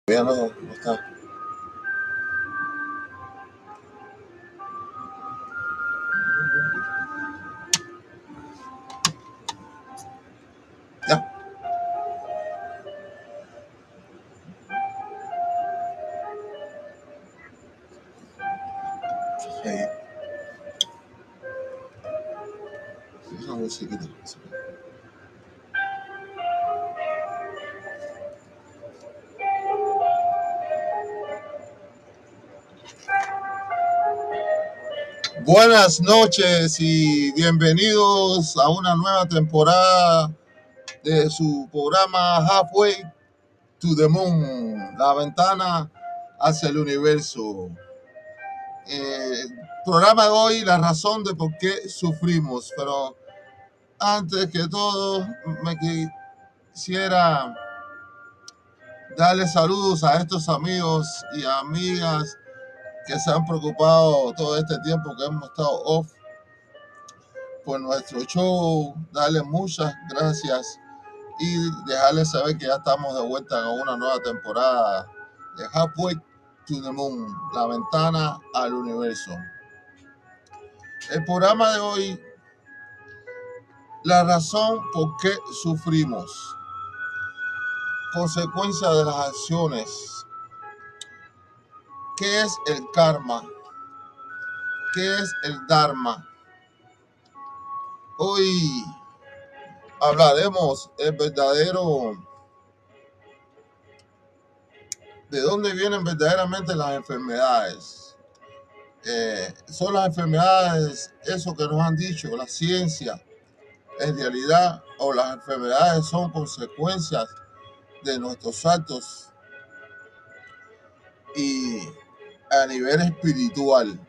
Ya no está. Ya. Eh, esa musiquita. Buenas noches y bienvenidos a una nueva temporada de su programa Halfway to the Moon, la ventana hacia el universo. Programa de hoy, la razón de por qué sufrimos, pero antes que todo me quisiera darle saludos a estos amigos y amigas que se han preocupado todo este tiempo que hemos estado off por nuestro show, darle muchas gracias y dejarles saber que ya estamos de vuelta con una nueva temporada de Halfway to the Moon, la ventana al universo. El programa de hoy, la razón por qué sufrimos, consecuencia de las acciones, qué es el karma, qué es el dharma. Hoy hablaremos el verdadero, de dónde vienen verdaderamente las enfermedades. Son las enfermedades, eso que nos han dicho, la ciencia, en realidad, o las enfermedades son consecuencias de nuestros actos y a nivel espiritual.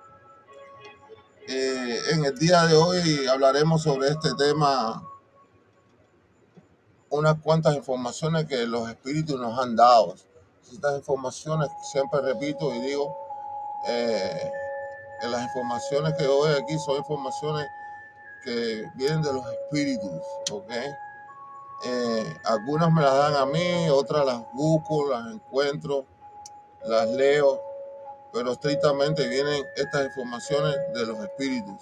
En el día de hoy hablaremos sobre este tema, unas cuantas informaciones que los espíritus nos han dado. Estas informaciones, siempre repito y digo, que las informaciones que doy aquí son informaciones que vienen de los espíritus, ¿ok? Algunas me las dan a mí, otras las busco, las encuentro, las leo, pero estrictamente vienen estas informaciones de los espíritus.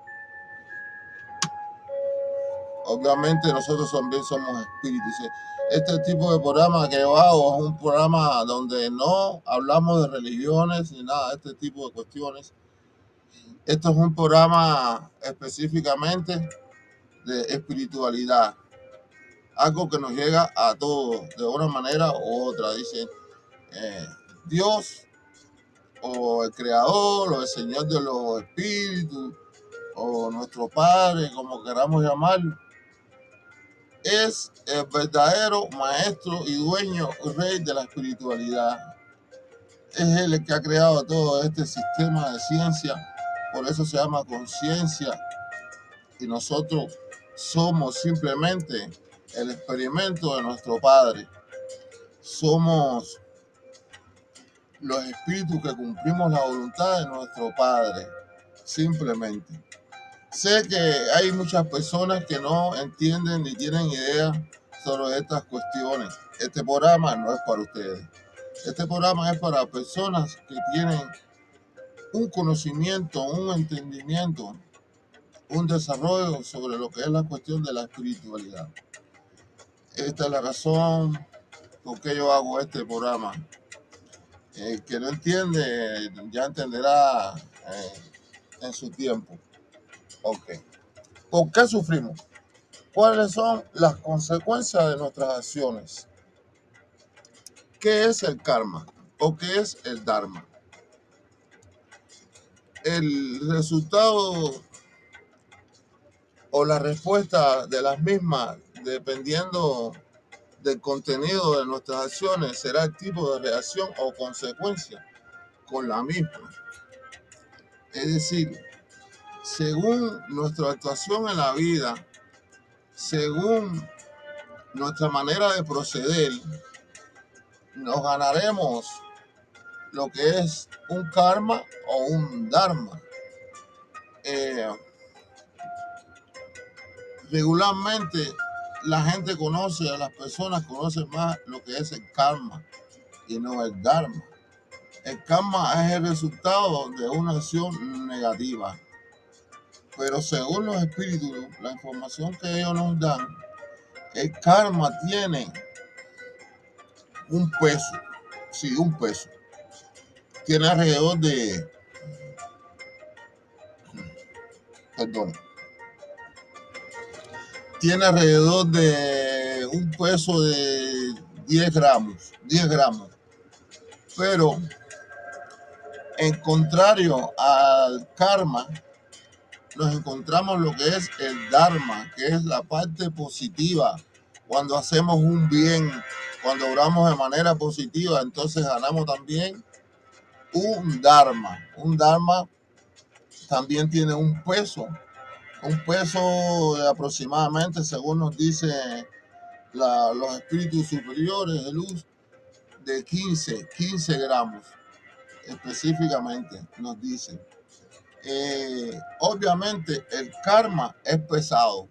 Obviamente nosotros también somos espíritus. Este tipo de programa que yo hago es un programa donde no hablamos de religiones ni nada de este tipo de cuestiones. Esto es un programa específicamente de espiritualidad, algo que nos llega a todos de una manera u otra. Dicen Dios o el creador o el señor de los espíritus o nuestro padre, como queramos llamarlo, es el verdadero maestro y dueño y rey de la espiritualidad. Es él el que ha creado todo este sistema de ciencia, por eso se llama conciencia, y nosotros somos simplemente el experimento de nuestro Padre. Somos los espíritus que cumplimos la voluntad de nuestro Padre, simplemente. Sé que hay muchas personas que no entienden ni tienen idea sobre estas cuestiones. Este programa no es para ustedes. Este programa es para personas que tienen un conocimiento, un entendimiento, un desarrollo sobre lo que es la cuestión de la espiritualidad. Esta es la razón por qué yo hago este programa. El que no entiende ya entenderá en su tiempo. Ok. ¿Por qué sufrimos? ¿Cuáles son las consecuencias de nuestras acciones? ¿Qué es el karma o qué es el dharma? El resultado o la respuesta de las mismas, dependiendo del contenido de nuestras acciones, será el tipo de reacción o consecuencia con la misma. Es decir, según nuestra actuación en la vida, según nuestra manera de proceder, nos ganaremos lo que es un karma o un dharma. Regularmente la gente conoce, a las personas conocen más lo que es el karma y no el dharma. El karma es el resultado de una acción negativa. Pero según los espíritus, la información que ellos nos dan, el karma tiene un peso. Sí, un peso. Tiene alrededor de, perdón, tiene alrededor de un peso de 10 gramos. 10 gramos. Pero en contrario al karma, nos encontramos lo que es el dharma, que es la parte positiva. Cuando hacemos un bien, cuando obramos de manera positiva, entonces ganamos también un dharma. Un dharma también tiene un peso de aproximadamente, según nos dice los espíritus superiores de luz, de 15 gramos específicamente, nos dicen. Obviamente el karma es pesado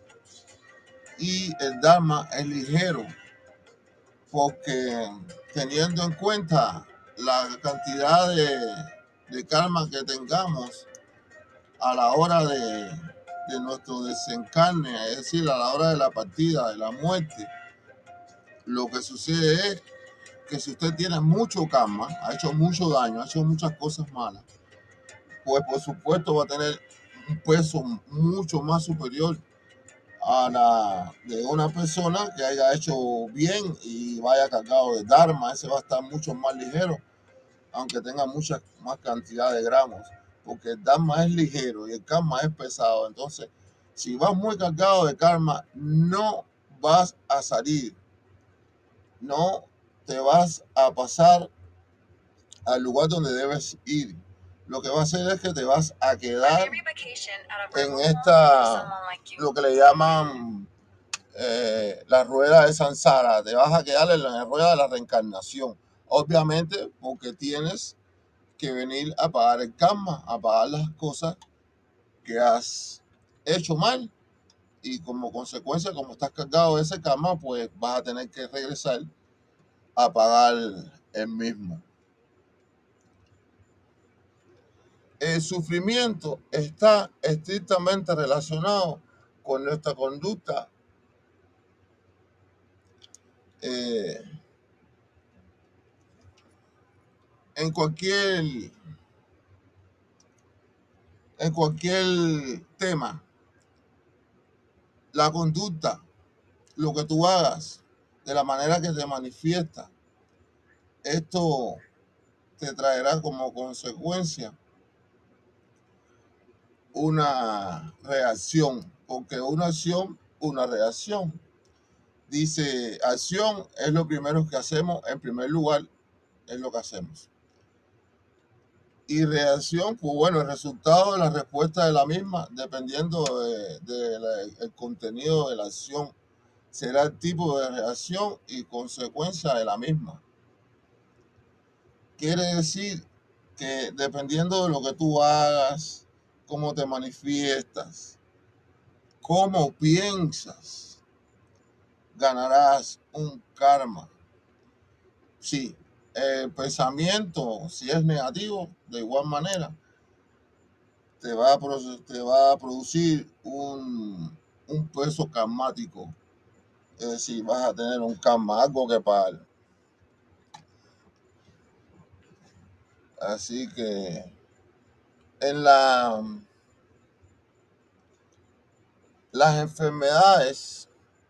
y el dharma es ligero, porque teniendo en cuenta la cantidad de karma que tengamos a la hora de nuestro desencarne, es decir, a la hora de la partida, de la muerte, lo que sucede es que si usted tiene mucho karma, ha hecho mucho daño, ha hecho muchas cosas malas, pues por supuesto va a tener un peso mucho más superior a la de una persona que haya hecho bien y vaya cargado de dharma. Ese va a estar mucho más ligero, aunque tenga mucha más cantidad de gramos, porque el dharma es ligero y el karma es pesado. Entonces, si vas muy cargado de karma, no vas a salir, no te vas a pasar al lugar donde debes ir. Lo que va a hacer es que te vas a quedar en lo que le llaman la rueda de Sansara. Te vas a quedar en la rueda de la reencarnación. Obviamente porque tienes que venir a pagar el karma, a pagar las cosas que has hecho mal. Y como consecuencia, como estás cargado de ese karma, pues vas a tener que regresar a pagar el mismo. El sufrimiento está estrictamente relacionado con nuestra conducta eh, en cualquier tema. La conducta, lo que tú hagas, de la manera que te manifiesta, esto te traerá como consecuencia una reacción, porque una acción, una reacción. Dice, acción es lo primero que hacemos, en primer lugar, es lo que hacemos. Y reacción, pues bueno, el resultado de la respuesta de la misma, dependiendo del contenido de la acción, será el tipo de reacción y consecuencia de la misma. Quiere decir que dependiendo de lo que tú hagas, cómo te manifiestas, cómo piensas, ganarás un karma. Sí, el pensamiento, si es negativo, de igual manera, te va a producir un peso karmático. Es decir, vas a tener un karma, algo que pagar. Así que en las enfermedades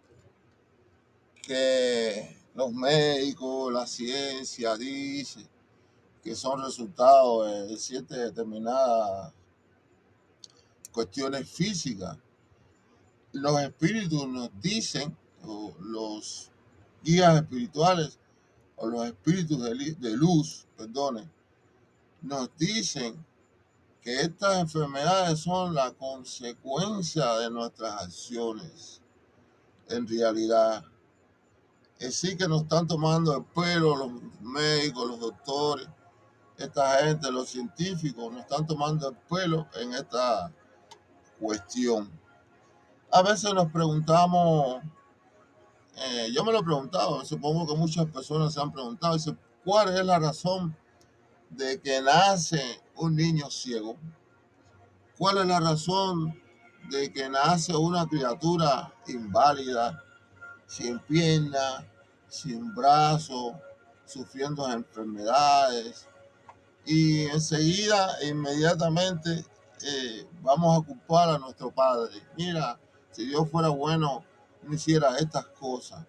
que los médicos, la ciencia dice que son resultados de ciertas determinadas cuestiones físicas, los espíritus nos dicen, o los guías espirituales, o los espíritus de luz, perdone, nos dicen que estas enfermedades son la consecuencia de nuestras acciones. En realidad, es sí que nos están tomando el pelo los médicos, los doctores, esta gente, los científicos, nos están tomando el pelo en esta cuestión. A veces nos preguntamos, yo me lo he preguntado, supongo que muchas personas se han preguntado, ¿Cuál es la razón de que nace un niño ciego? ¿Cuál es la razón de que nace una criatura inválida, sin pierna, sin brazo, sufriendo enfermedades? Y enseguida, inmediatamente, vamos a culpar a nuestro Padre. Mira, si Dios fuera bueno, no hiciera estas cosas.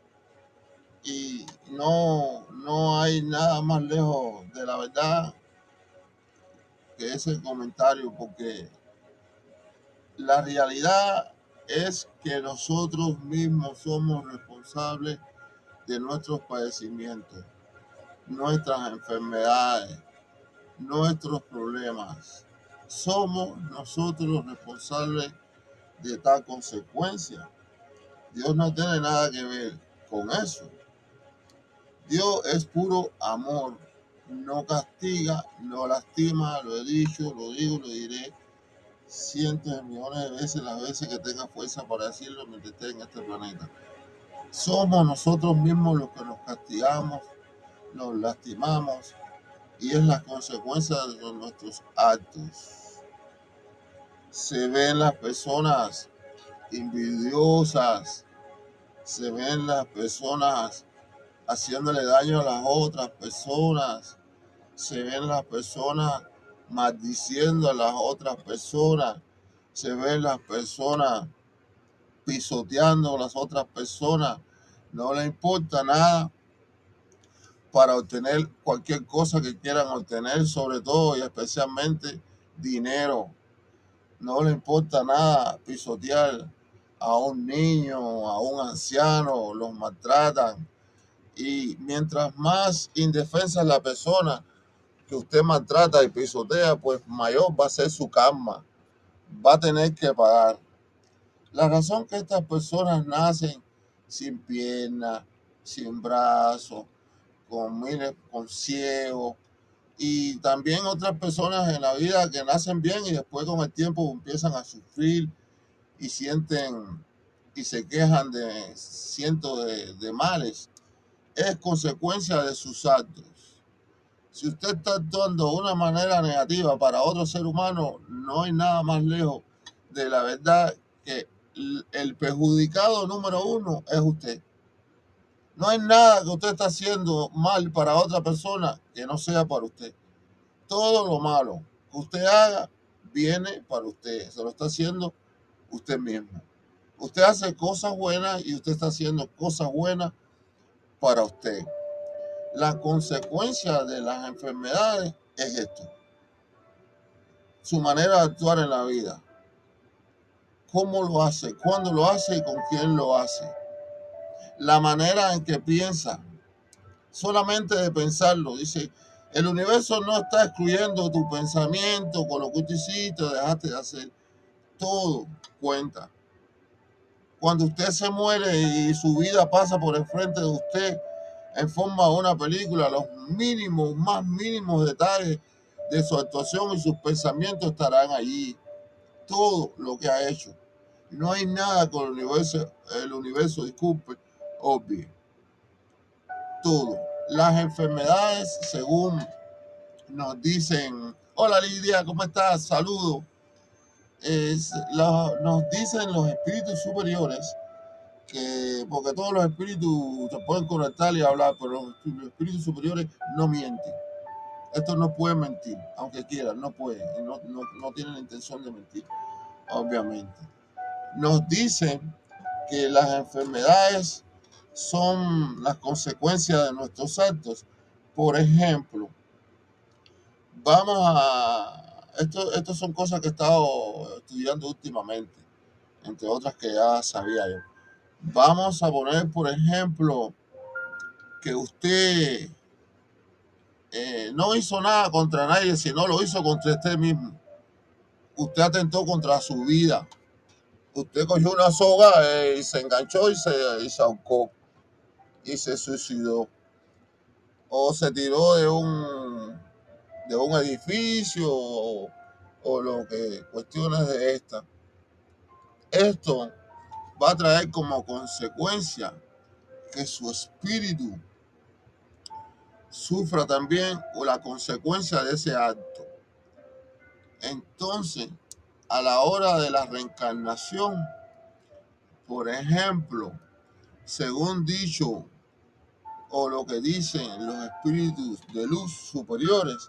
Y no hay nada más lejos de la verdad que ese comentario, porque la realidad es que nosotros mismos somos responsables de nuestros padecimientos, nuestras enfermedades, nuestros problemas. Somos nosotros los responsables de tal consecuencia. Dios no tiene nada que ver con eso. Dios es puro amor, no castiga, no lastima, lo he dicho, lo digo, lo diré cientos de millones de veces, las veces que tenga fuerza para decirlo mientras esté en este planeta. Somos nosotros mismos los que nos castigamos, nos lastimamos, y es la consecuencia de nuestros actos. Se ven las personas envidiosas, se ven las personas haciéndole daño a las otras personas, se ven las personas maldiciendo a las otras personas, se ven las personas pisoteando a las otras personas, no le importa nada para obtener cualquier cosa que quieran obtener, sobre todo y especialmente dinero. No le importa nada pisotear a un niño, a un anciano, los maltratan. Y mientras más indefensa es la persona que usted maltrata y pisotea, pues mayor va a ser su karma. Va a tener que pagar. La razón que estas personas nacen sin piernas, sin brazos, con ciego, y también otras personas en la vida que nacen bien y después con el tiempo empiezan a sufrir y sienten y se quejan de cientos de males, es consecuencia de sus actos. Si usted está actuando de una manera negativa para otro ser humano, no hay nada más lejos de la verdad que el perjudicado número uno es usted. No hay nada que usted está haciendo mal para otra persona que no sea para usted. Todo lo malo que usted haga viene para usted. Se lo está haciendo usted mismo. Usted hace cosas buenas y usted está haciendo cosas buenas para usted. La consecuencia de las enfermedades es esto. Su manera de actuar en la vida. Cómo lo hace, cuándo lo hace y con quién lo hace. La manera en que piensa. Solamente de pensarlo. Dice, el universo no está excluyendo tu pensamiento con lo que tú hiciste o dejaste de hacer. Todo cuenta. Cuando usted se muere y su vida pasa por el frente de usted en forma de una película, los mínimos, más mínimos detalles de su actuación y sus pensamientos estarán allí. Todo lo que ha hecho. No hay nada con el universo, disculpe, obvio. Todo. Las enfermedades, según nos dicen, hola Lidia, ¿cómo estás? Saludos. Nos dicen los espíritus superiores que, porque todos los espíritus se pueden conectar y hablar, pero los espíritus superiores no mienten. Estos no pueden mentir, aunque quieran, no pueden, y no tienen la intención de mentir, obviamente. Nos dicen que las enfermedades son las consecuencias de nuestros actos. Por ejemplo, vamos a... Esto son cosas que he estado estudiando últimamente, entre otras que ya sabía yo. Vamos a poner, por ejemplo, que usted no hizo nada contra nadie, sino lo hizo contra usted mismo. Usted atentó contra su vida. Usted cogió una soga y se enganchó y se ahorcó y se suicidó. O se tiró de un edificio o lo que cuestiones de esta. Esto va a traer como consecuencia que sufra también la consecuencia de ese acto. Entonces, a la hora de la reencarnación, por ejemplo, según dicho o lo que dicen los espíritus de luz superiores,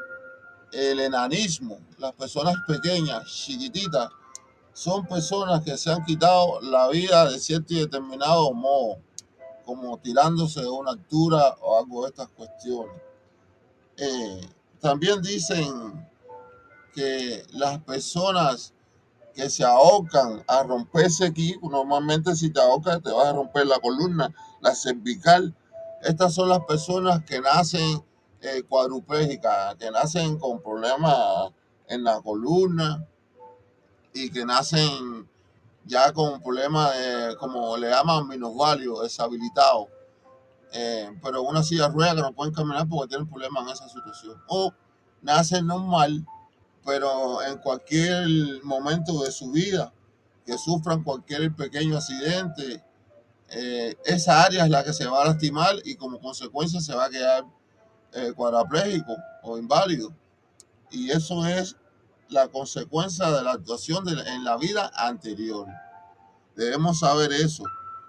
el enanismo, las personas pequeñas, chiquititas, son personas que se han quitado la vida de cierto y determinado modo, como tirándose de una altura o algo de estas cuestiones. Eh, También dicen que las personas que se ahogan a romperse aquí, normalmente si te ahogas te vas a romper la columna, la cervical. Estas son las personas que nacen cuadruplégicas, que nacen con problemas en la columna y que nacen ya con problemas, como le llaman, minusválidos, deshabilitados, pero una silla de ruedas que no pueden caminar porque tienen problemas en esa situación. O nacen normal, pero en cualquier momento de su vida que sufran cualquier pequeño accidente, esa área es la que se va a lastimar y como consecuencia se va a quedar cuadraplégico o inválido. Y eso es la consecuencia de la actuación en la vida anterior. Debemos saber eso,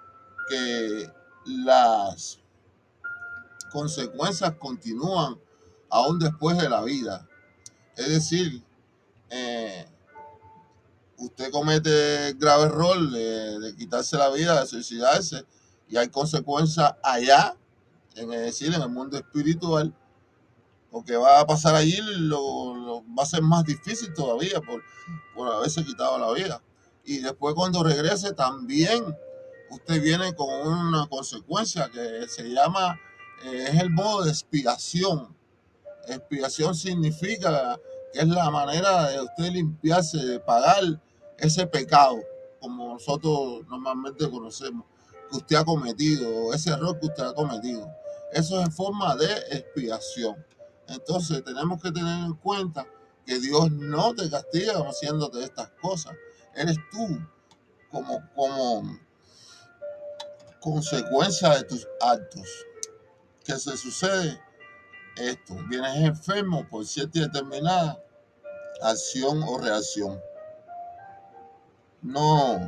que las consecuencias continúan aún después de la vida. Es decir, eh, usted comete el grave error de quitarse la vida, de suicidarse, y hay consecuencias allá, es decir, en el mundo espiritual, porque va a pasar allí, va a ser más difícil todavía por haberse quitado la vida. Y después cuando regrese también usted viene con una consecuencia que se llama, es el modo de expiación. Expiación significa que es la manera de usted limpiarse, de pagar ese pecado, como nosotros normalmente conocemos, que usted ha cometido, ese error que usted ha cometido. Eso es en forma de expiación. Entonces tenemos que tener en cuenta que Dios no te castiga haciéndote estas cosas. Eres tú como consecuencia de tus actos. ¿Qué se sucede? Esto, vienes enfermo por cierta y determinada acción o reacción. No,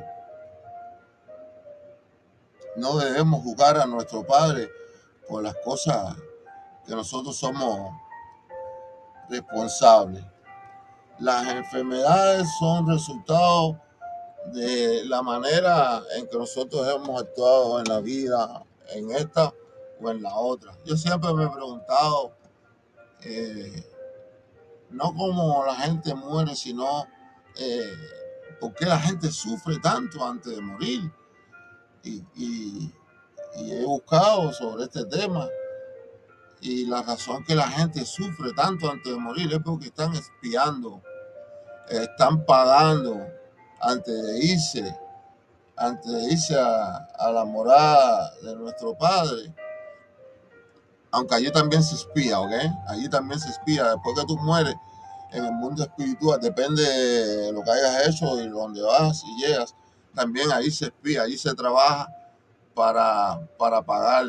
no debemos juzgar a nuestro Padre por las cosas que nosotros somos responsables. Las enfermedades son resultado de la manera en que nosotros hemos actuado en la vida, en esta o en la otra. Yo siempre me he preguntado, eh, no cómo la gente muere, sino eh, por qué la gente sufre tanto antes de morir. Y, y, y he buscado sobre este tema y la razón que la gente sufre tanto antes de morir es porque están espiando, están pagando antes de irse, a la morada de nuestro Padre. Aunque allí también se espía, ¿ok? Allí también se espía. Después que tú mueres en el mundo espiritual, depende de lo que hayas hecho y dónde vas y llegas, también ahí se espía, ahí se trabaja para pagar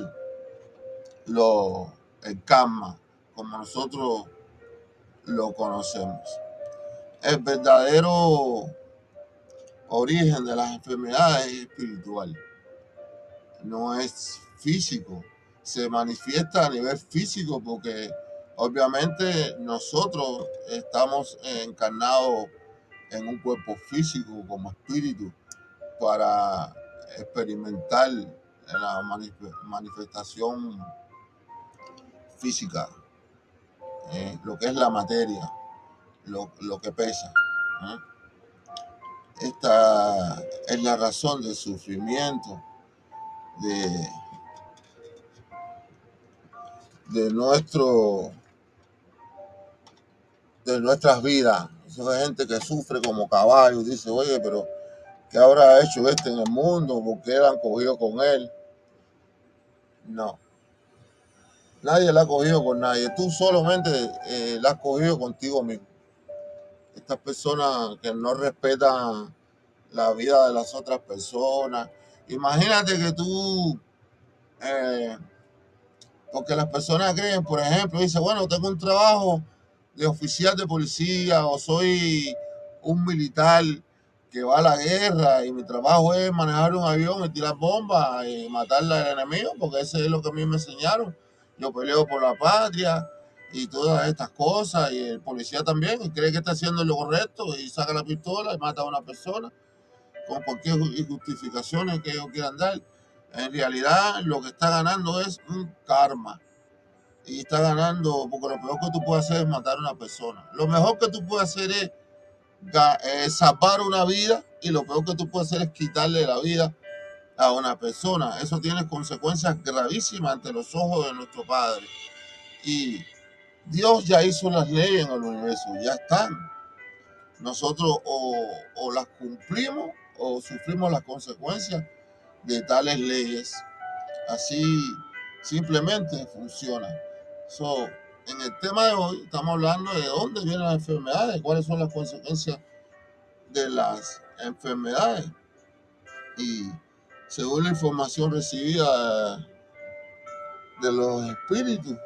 el karma, como nosotros lo conocemos. El verdadero origen de las enfermedades es espiritual, no es físico. Se manifiesta a nivel físico porque obviamente nosotros estamos encarnados en un cuerpo físico como espíritu para experimentar la manifestación física, lo que es la materia, lo que pesa. ¿Eh? Esta es la razón del sufrimiento de, de, nuestro, de nuestras vidas. Esa gente que sufre como caballo dice, oye, pero ¿qué habrá hecho este en el mundo? ¿Por qué la han cogido con él? No, nadie la ha cogido con nadie. Tú solamente la has cogido contigo mismo. Estas personas que no respetan la vida de las otras personas. Imagínate que tú Porque las personas creen, por ejemplo, dice, bueno, tengo un trabajo de oficial de policía o soy un militar que va a la guerra y mi trabajo es manejar un avión y tirar bombas y matarle al enemigo, porque eso es lo que a mí me enseñaron. Yo peleo por la patria y todas estas cosas, y el policía también, y cree que está haciendo lo correcto y saca la pistola y mata a una persona con cualquier justificación que ellos quieran dar. En realidad lo que está ganando es un karma y está ganando, porque lo peor que tú puedes hacer es matar a una persona. Lo mejor que tú puedes hacer es salvar una vida, y lo peor que tú puedes hacer es quitarle la vida a una persona. Eso tiene consecuencias gravísimas ante los ojos de nuestro Padre. Y Dios ya hizo las leyes en el universo, ya están. Nosotros o las cumplimos o sufrimos las consecuencias de tales leyes. Así simplemente funciona. So, en el tema de hoy estamos hablando de dónde vienen las enfermedades, cuáles son las consecuencias de las enfermedades. Y según la información recibida de los espíritus,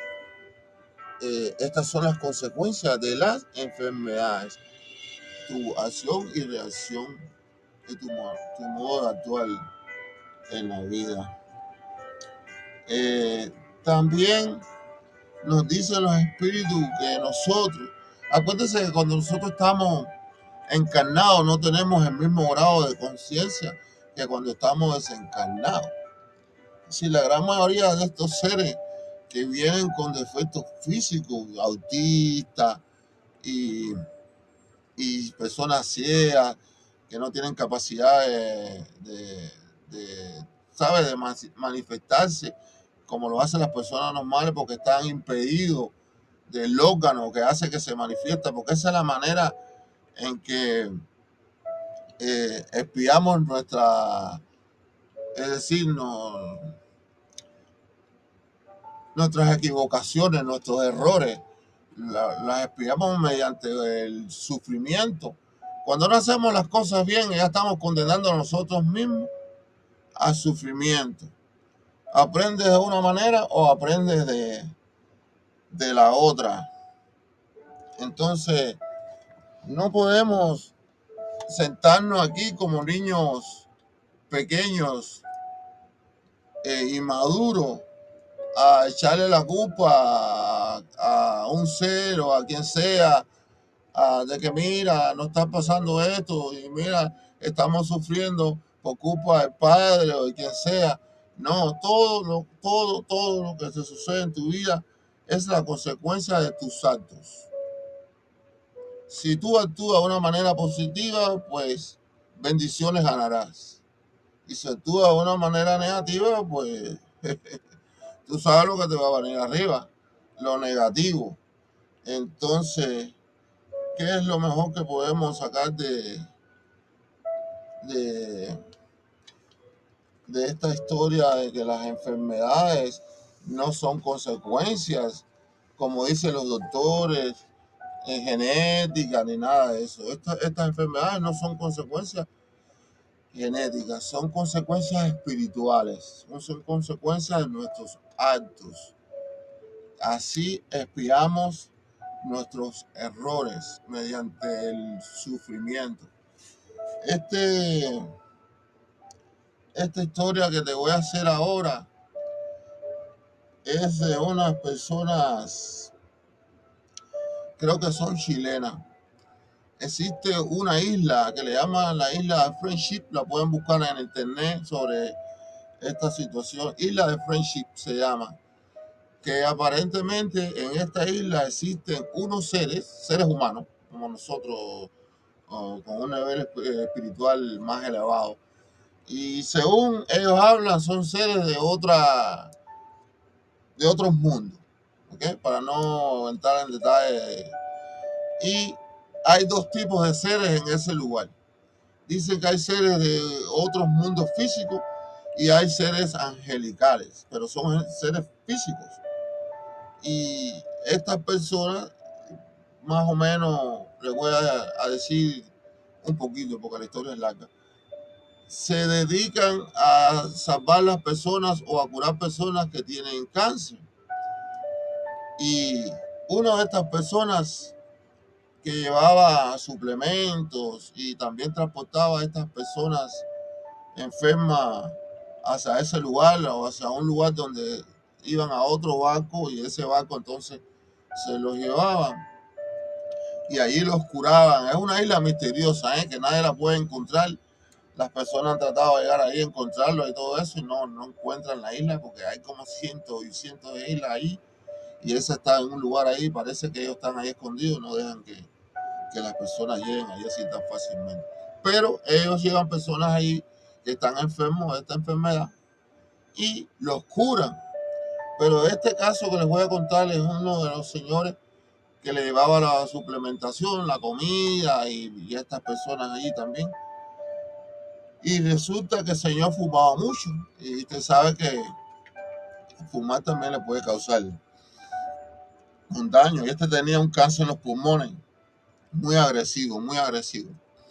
estas son las consecuencias de las enfermedades. Tu acción y reacción y tu modo de actuar en la vida. También nos dicen los espíritus que nosotros, acuérdense que cuando nosotros estamos encarnados no tenemos el mismo grado de conciencia que cuando estamos desencarnados. Si la gran mayoría de estos seres que vienen con defectos físicos, autistas y, y personas ciegas que no tienen capacidad ¿sabe? De manifestarse como lo hacen las personas normales, porque están impedidos del órgano que hace que se manifiesta, porque esa es la manera en que espiamos es decir, nuestras equivocaciones, nuestros errores, las espiamos mediante el sufrimiento. Cuando no hacemos las cosas bien, ya estamos condenando a nosotros mismos al sufrimiento. Aprendes de una manera o aprendes de la otra. Entonces, no podemos sentarnos aquí como niños pequeños inmaduros a echarle la culpa a un ser o a quien sea, de que mira, nos está pasando esto y mira, estamos sufriendo por culpa del padre o de quien sea. No, todo lo que se sucede en tu vida es la consecuencia de tus actos. Si tú actúas de una manera positiva, pues bendiciones ganarás. Y si actúas de una manera negativa, pues tú sabes lo que te va a venir arriba, lo negativo. Entonces, ¿qué es lo mejor que podemos sacar de, de esta historia de que las enfermedades no son consecuencias, como dicen los doctores, en genética ni nada de eso? Estas enfermedades no son consecuencias genéticas, son consecuencias espirituales, son consecuencias de nuestros actos. Así expiamos nuestros errores mediante el sufrimiento. Este, esta historia que te voy a hacer ahora es de unas personas, creo que son chilenas. Existe una isla que le llaman la isla de Friendship, la pueden buscar en internet sobre esta situación. Isla de Friendship se llama, que aparentemente en esta isla existen unos seres humanos, como nosotros, con un nivel espiritual más elevado. Y según ellos hablan, son seres de otros mundos, ¿ok? Para no entrar en detalle. Y hay dos tipos de seres en ese lugar. Dicen que hay seres de otros mundos físicos y hay seres angelicales, pero son seres físicos. Y estas personas, más o menos, les voy a decir un poquito, porque la historia es larga. se dedican a salvar las personas o a curar personas que tienen cáncer. Y una de estas personas que llevaba suplementos y también transportaba a estas personas enfermas hacia ese lugar o hacia un lugar donde iban a otro barco, y ese barco entonces se los llevaban y allí los curaban. Es una isla misteriosa, que nadie la puede encontrar. Las personas han tratado de llegar ahí, encontrarlo y todo eso, y no encuentran la isla porque hay como cientos y cientos de islas ahí, y esa está en un lugar ahí. Parece que ellos están ahí escondidos, no dejan que las personas lleguen ahí así tan fácilmente. Pero ellos llevan personas ahí que están enfermos de esta enfermedad y los curan. Pero este caso que les voy a contar es uno de los señores que le llevaba la suplementación, la comida y a estas personas allí también. Y resulta que el señor fumaba mucho. Y usted sabe que fumar también le puede causar un daño. Y este tenía un cáncer en los pulmones, muy agresivo, muy agresivo.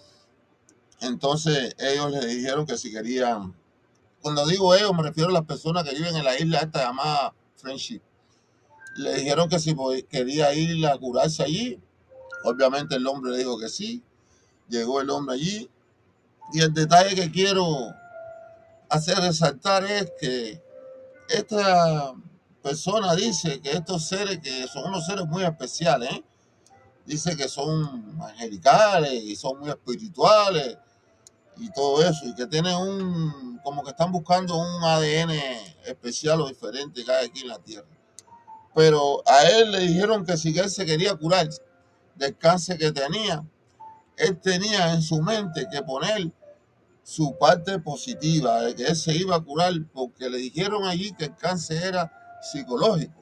Entonces ellos le dijeron que si querían, cuando digo ellos me refiero a las personas que viven en la isla esta llamada Friendship, le dijeron que si quería ir a curarse allí. Obviamente el hombre le dijo que sí. Llegó el hombre allí. Y el detalle que quiero hacer resaltar es que esta persona dice que estos seres, que son unos seres muy especiales, dice que son angelicales y son muy espirituales y todo eso, y que tienen como que están buscando un ADN especial o diferente que hay aquí en la Tierra. Pero a él le dijeron que si él se quería curar del cáncer que tenía, él tenía en su mente que poner su parte positiva, de que él se iba a curar, porque le dijeron allí que el cáncer era psicológico,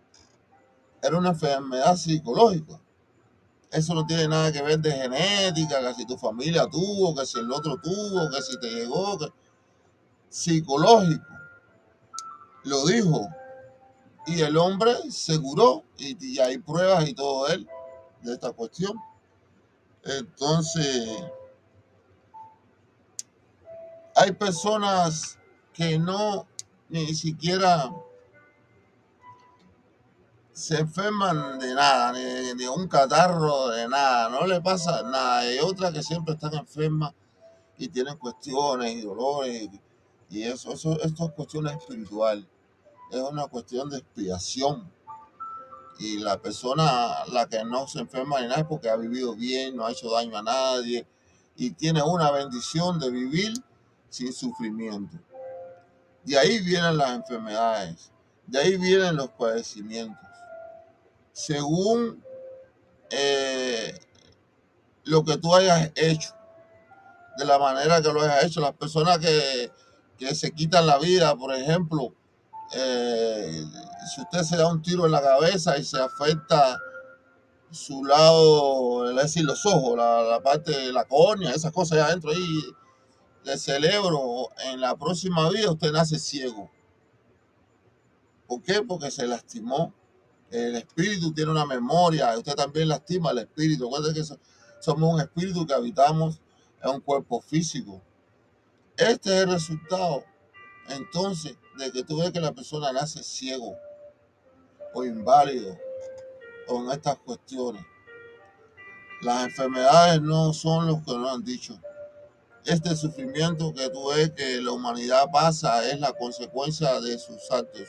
era una enfermedad psicológica. Eso no tiene nada que ver de genética, que si tu familia tuvo, que si el otro tuvo, que si te llegó, que... psicológico, lo dijo. Y el hombre se curó y hay pruebas y todo él de esta cuestión. Entonces, hay personas que no ni siquiera se enferman de nada, ni de un catarro, de nada, no le pasa nada. Hay otras que siempre están enfermas y tienen cuestiones y dolores, y esto es cuestión espiritual, es una cuestión de expiación. Y la persona, la que no se enferma ni nada, es porque ha vivido bien, no ha hecho daño a nadie y tiene una bendición de vivir sin sufrimiento. De ahí vienen las enfermedades, de ahí vienen los padecimientos. Según eh, lo que tú hayas hecho, de la manera que lo hayas hecho, las personas que se quitan la vida, por ejemplo, si usted se da un tiro en la cabeza y se afecta su lado, es decir, los ojos, la parte de la córnea, esas cosas allá adentro ahí del cerebro, en la próxima vida usted nace ciego. ¿Por qué? Porque se lastimó. El espíritu tiene una memoria, usted también lastima el espíritu. Recuerda que somos un espíritu que habitamos en un cuerpo físico. Este es el resultado, entonces, de que tú ves que la persona nace ciego o inválido con estas cuestiones. Las enfermedades no son los que nos han dicho. Este sufrimiento que tú ves que la humanidad pasa es la consecuencia de sus actos.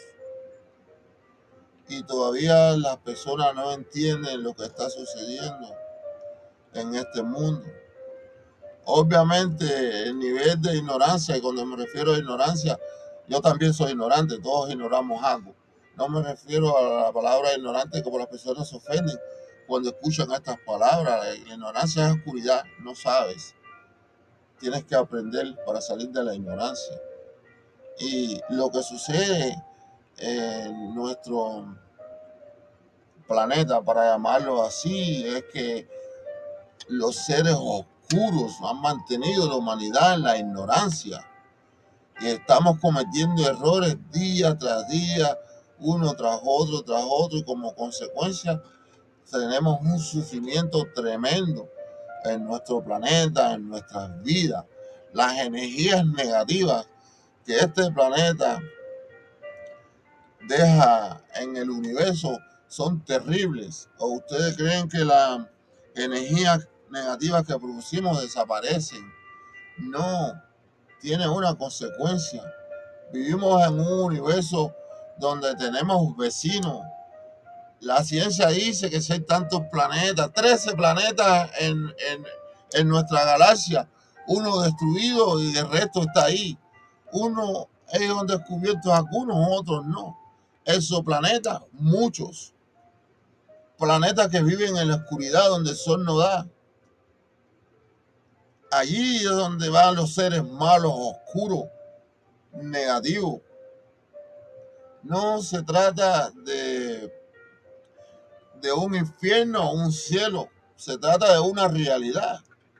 Y todavía las personas no entienden lo que está sucediendo en este mundo. Obviamente el nivel de ignorancia, y cuando me refiero a ignorancia, yo también soy ignorante, todos ignoramos algo. No me refiero a la palabra ignorante como las personas se ofenden cuando escuchan estas palabras. La ignorancia es oscuridad, no sabes. Tienes que aprender para salir de la ignorancia. Y lo que sucede en nuestro planeta, para llamarlo así, es que los seres oscuros han mantenido la humanidad en la ignorancia y estamos cometiendo errores día tras día, uno tras otro, y como consecuencia tenemos un sufrimiento tremendo en nuestro planeta, en nuestras vidas. las energías negativas que este planeta deja en el universo son terribles. ¿O ustedes creen que las energías negativas que producimos desaparecen? No, tiene una consecuencia. Vivimos en un universo donde tenemos vecinos. La ciencia dice que si hay tantos planetas, 13 planetas en nuestra galaxia, uno destruido y el resto está ahí. Ellos han descubierto algunos, otros no. Exoplanetas, muchos. Planetas que viven en la oscuridad donde el sol no da. Allí es donde van los seres malos, oscuros, negativos. No se trata de un infierno o un cielo, se trata de una realidad.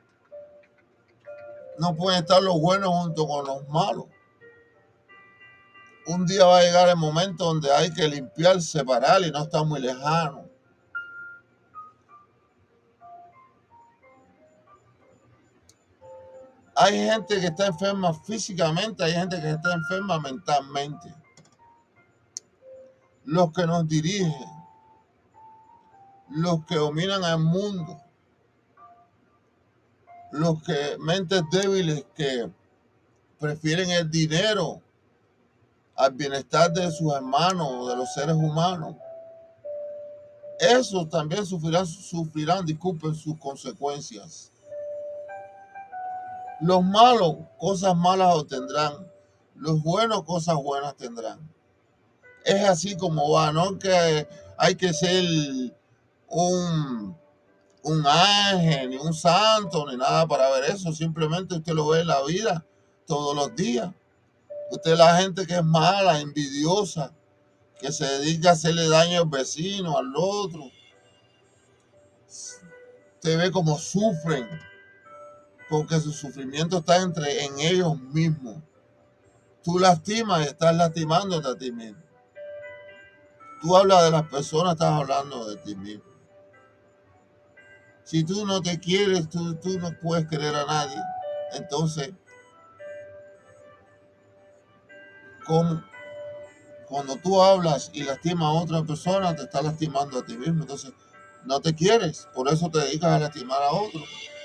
No pueden estar los buenos junto con los malos. Un día va a llegar el momento donde hay que limpiar, separar y no está muy lejano. Hay gente que está enferma físicamente, hay gente que está enferma mentalmente. Los que nos dirigen, los que dominan el mundo, los que mentes débiles que prefieren el dinero al bienestar de sus hermanos, de los seres humanos. Esos también sufrirán, disculpen, sus consecuencias. Los malos, cosas malas obtendrán. Los buenos, cosas buenas tendrán. Es así como va, no que hay que ser un, un ángel, ni un santo, ni nada para ver eso. Simplemente usted lo ve en la vida todos los días. Usted la gente que es mala, envidiosa, que se dedica a hacerle daño al vecino, al otro. Usted ve cómo sufren, porque su sufrimiento está en ellos mismos. Tú lastimas y estás lastimándote a ti mismo. Tú hablas de las personas, estás hablando de ti mismo. Si tú no te quieres, tú no puedes querer a nadie. Entonces, ¿cómo? Cuando tú hablas y lastimas a otra persona, te estás lastimando a ti mismo. Entonces, no te quieres, por eso te dedicas a lastimar a otro.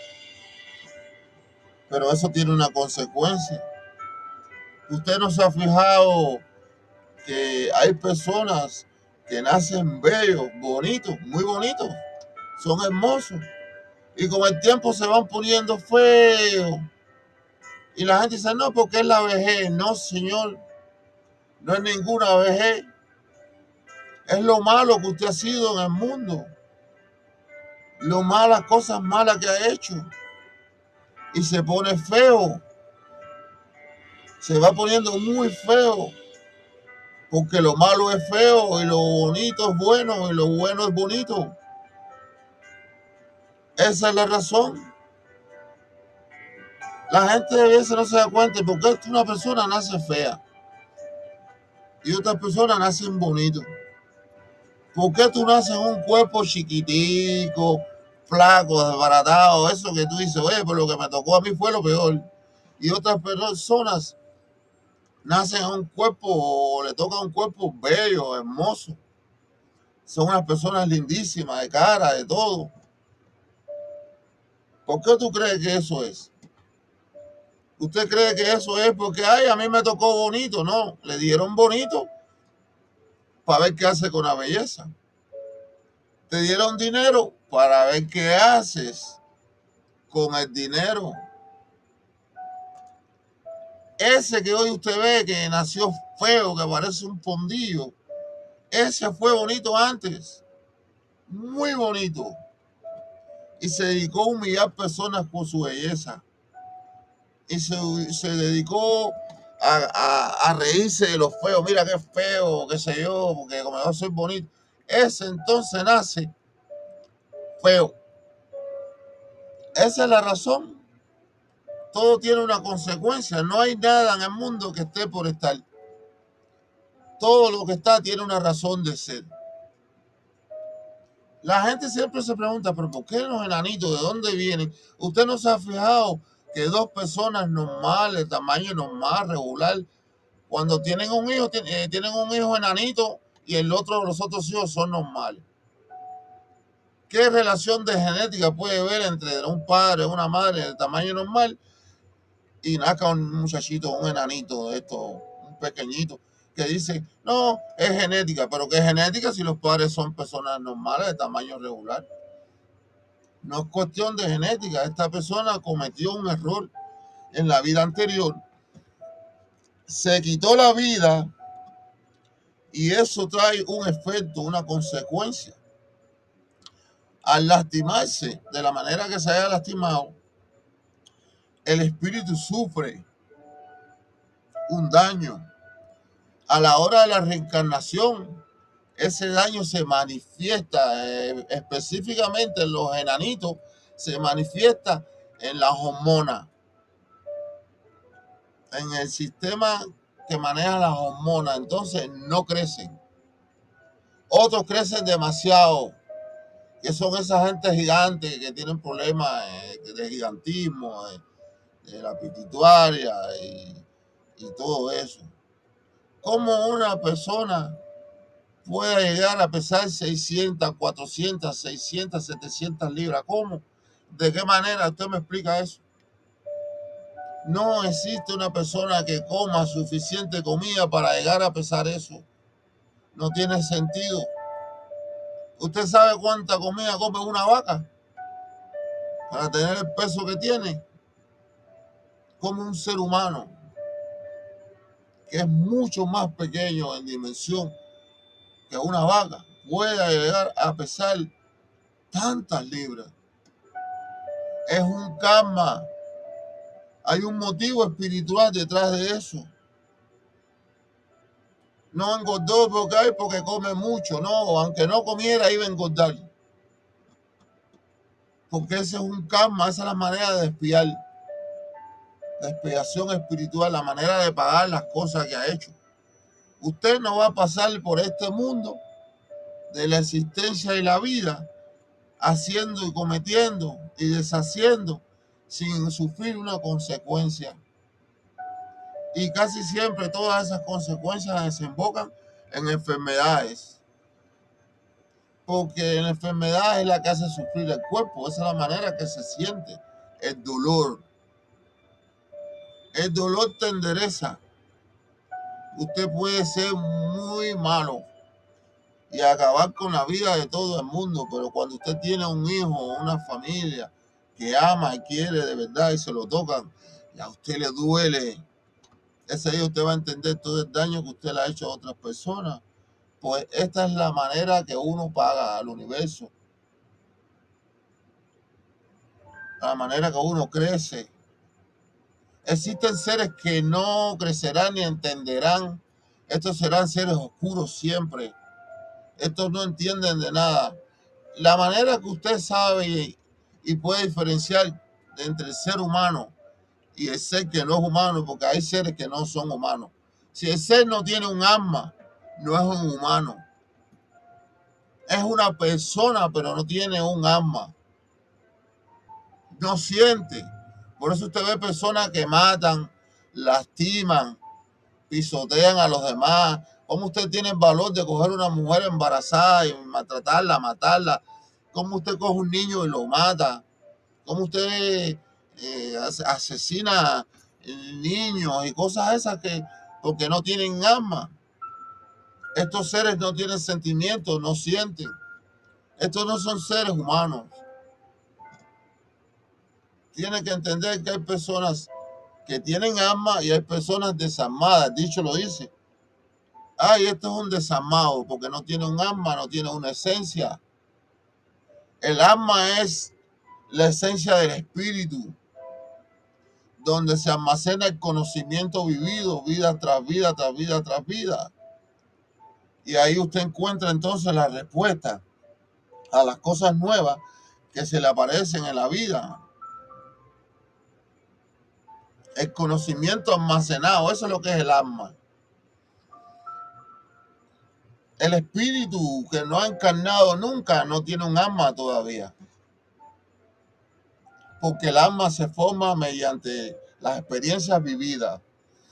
Pero eso tiene una consecuencia. Usted no se ha fijado que hay personas que nacen bellos, bonitos, muy bonitos, son hermosos, y con el tiempo se van poniendo feos. Y la gente dice, no, porque es la vejez. No, señor, no es ninguna vejez. Es lo malo que usted ha sido en el mundo, lo malas cosas malas que ha hecho. Y se pone feo, se va poniendo muy feo, porque lo malo es feo y lo bonito es bueno y lo bueno es bonito. Esa es la razón. La gente a veces no se da cuenta porque una persona nace fea y otras personas nacen bonitos. ¿Por qué tú naces en un cuerpo chiquitico, flaco, desbaratado? Eso que tú dices, oye, pero lo que me tocó a mí fue lo peor. Y otras personas nacen en un cuerpo, o le toca un cuerpo bello, hermoso. Son unas personas lindísimas, de cara, de todo. ¿Por qué tú crees que eso es? ¿Usted cree que eso es porque, ay, a mí me tocó bonito? No, le dieron bonito para ver qué hace con la belleza. Te dieron dinero para ver qué haces con el dinero. Ese que hoy usted ve que nació feo, que parece un fondillo, ese fue bonito antes, muy bonito. Y se dedicó a humillar personas por su belleza. Y se dedicó a reírse de los feos. Mira qué feo, qué sé yo, porque como yo soy bonito. Ese entonces nace feo. Esa es la razón. Todo tiene una consecuencia. No hay nada en el mundo que esté por estar. Todo lo que está tiene una razón de ser. La gente siempre se pregunta, pero ¿por qué los enanitos? ¿De dónde vienen? Usted no se ha fijado que dos personas normales, tamaño normal, regular, cuando tienen un hijo, tienen un hijo enanito y el otro, los otros hijos son normales. ¿Qué relación de genética puede haber entre un padre y una madre de tamaño normal y nazca un muchachito, un enanito de esto, un pequeñito, que dice, no, es genética, pero ¿qué es genética si los padres son personas normales de tamaño regular? No es cuestión de genética, esta persona cometió un error en la vida anterior, se quitó la vida y eso trae un efecto, una consecuencia. Al lastimarse de la manera que se haya lastimado, el espíritu sufre un daño. A la hora de la reencarnación, ese daño se manifiesta específicamente en los enanitos, se manifiesta en las hormonas, en el sistema que maneja las hormonas. Entonces no crecen. Otros crecen demasiado, que son esa gente gigante que tienen problemas de gigantismo, de la pituitaria y todo eso. ¿Cómo una persona puede llegar a pesar 600, 400, 600, 700 libras? ¿Cómo? ¿De qué manera? Usted me explica eso. No existe una persona que coma suficiente comida para llegar a pesar eso. No tiene sentido. ¿Usted sabe cuánta comida come una vaca para tener el peso que tiene? Como un ser humano, que es mucho más pequeño en dimensión que una vaca, pueda llegar a pesar tantas libras. Es un karma. Hay un motivo espiritual detrás de eso. No engordó porque come mucho, no, aunque no comiera iba a engordar. Porque ese es un karma, esa es la manera de expiar, la expiación espiritual, la manera de pagar las cosas que ha hecho. Usted no va a pasar por este mundo de la existencia y la vida haciendo y cometiendo y deshaciendo sin sufrir una consecuencia. Y casi siempre todas esas consecuencias desembocan en enfermedades. Porque la enfermedad es la que hace sufrir el cuerpo. Esa es la manera que se siente el dolor. El dolor te endereza. Usted puede ser muy malo y acabar con la vida de todo el mundo, pero cuando usted tiene un hijo o una familia que ama y quiere de verdad y se lo tocan y a usted le duele, ese día usted va a entender todo el daño que usted le ha hecho a otras personas. Pues esta es la manera que uno paga al universo, la manera que uno crece. Existen seres que no crecerán ni entenderán. Estos serán seres oscuros siempre. Estos no entienden de nada. La manera que usted sabe y puede diferenciar entre el ser humano y el ser que no es humano, porque hay seres que no son humanos. Si el ser no tiene un alma, no es un humano. Es una persona, pero no tiene un alma. No siente. Por eso usted ve personas que matan, lastiman, pisotean a los demás. ¿Cómo usted tiene el valor de coger una mujer embarazada y maltratarla, matarla? ¿Cómo usted coge un niño y lo mata? ¿Cómo usted asesina niños y cosas esas que porque no tienen alma? Estos seres no tienen sentimientos, no sienten. Estos no son seres humanos. Tiene que entender que hay personas que tienen alma y hay personas desarmadas. Dicho lo dice. Ay, esto es un desarmado porque no tiene un alma, no tiene una esencia. El alma es la esencia del espíritu, donde se almacena el conocimiento vivido, vida tras vida, tras vida, tras vida. Y ahí usted encuentra entonces la respuesta a las cosas nuevas que se le aparecen en la vida. El conocimiento almacenado, eso es lo que es el alma. El espíritu que no ha encarnado nunca no tiene un alma todavía. porque el alma se forma mediante las experiencias vividas.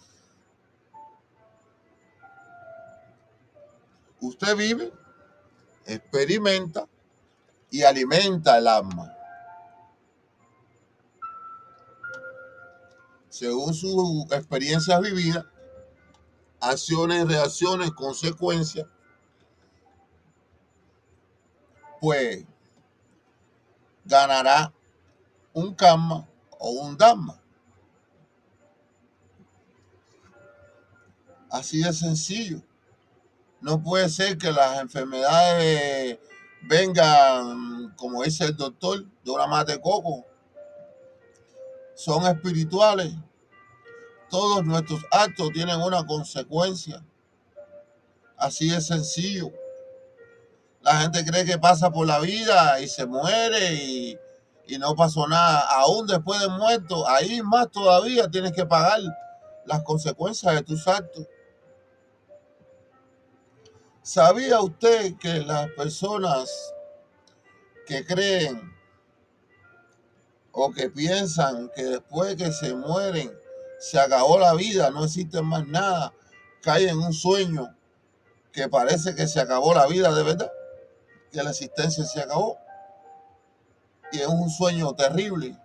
Usted vive, experimenta y alimenta el alma según sus experiencias vividas, acciones, reacciones, consecuencias, pues ganará un karma o un dharma. Así de sencillo. No puede ser que las enfermedades vengan, como dice el doctor, de una mate de coco. Son espirituales. Todos nuestros actos tienen una consecuencia. Así de sencillo. La gente cree que pasa por la vida y se muere y no pasó nada. Aún después de muerto, ahí más todavía tienes que pagar las consecuencias de tus actos. ¿Sabía usted que las personas que creen o que piensan que después que se mueren se acabó la vida, no existe más nada, caen en un sueño que parece que se acabó la vida de verdad, que la existencia se acabó? Y es un sueño terrible.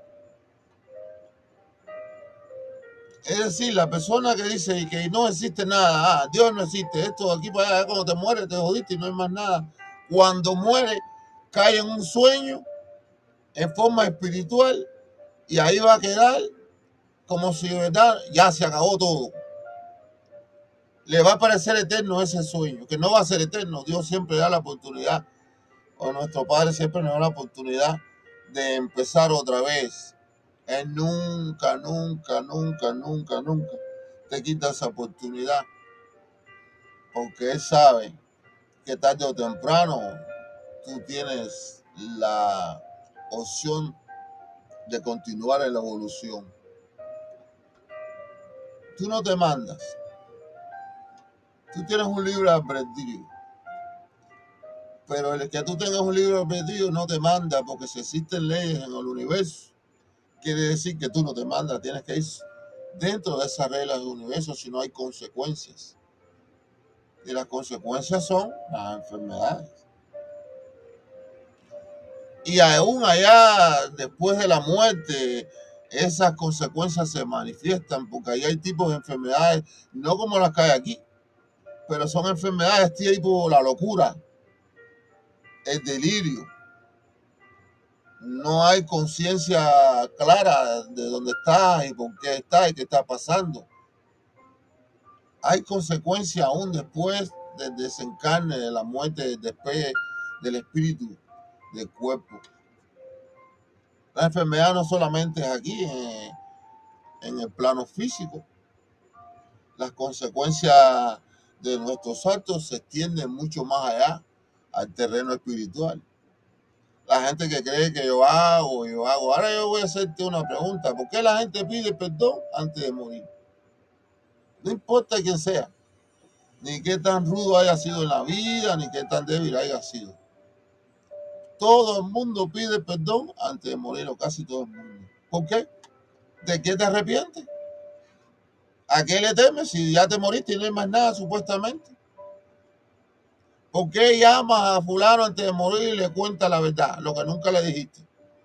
Es decir, la persona que dice que no existe nada, Dios no existe, esto de aquí para allá, cuando te mueres te jodiste y no hay más nada. Cuando muere, cae en un sueño en forma espiritual y ahí va a quedar como si de verdad ya se acabó todo. Le va a parecer eterno ese sueño, que no va a ser eterno. Dios siempre da la oportunidad, o nuestro Padre siempre nos da la oportunidad de empezar otra vez. Él nunca, nunca, nunca, nunca, nunca te quita esa oportunidad, porque Él sabe que tarde o temprano tú tienes la opción de continuar en la evolución. Tú no te mandas. Tú tienes un libre albedrío. Pero el que tú tengas un libre albedrío no te manda, porque si existen leyes en el universo, quiere decir que tú no te mandas. Tienes que ir dentro de esas reglas del universo, si no hay consecuencias. Y las consecuencias son las enfermedades. Y aún allá, después de la muerte, esas consecuencias se manifiestan, porque ahí hay tipos de enfermedades, no como las que hay aquí, pero son enfermedades tipo la locura, el delirio. No hay conciencia clara de dónde estás y por qué estás y qué está pasando. Hay consecuencias aún después del desencarne, de la muerte, del despegue del espíritu del cuerpo. La enfermedad no solamente es aquí, en el plano físico. Las consecuencias de nuestros actos se extienden mucho más allá, al terreno espiritual. La gente que cree que yo hago. Ahora yo voy a hacerte una pregunta. ¿Por qué la gente pide perdón antes de morir? No importa quién sea, ni qué tan rudo haya sido en la vida, ni qué tan débil haya sido. Todo el mundo pide perdón antes de morir, o casi todo el mundo. ¿Por qué? ¿De qué te arrepientes? ¿A qué le temes si ya te moriste y no hay más nada supuestamente? ¿Por qué llamas a fulano antes de morir y le cuentas la verdad, lo que nunca le dijiste?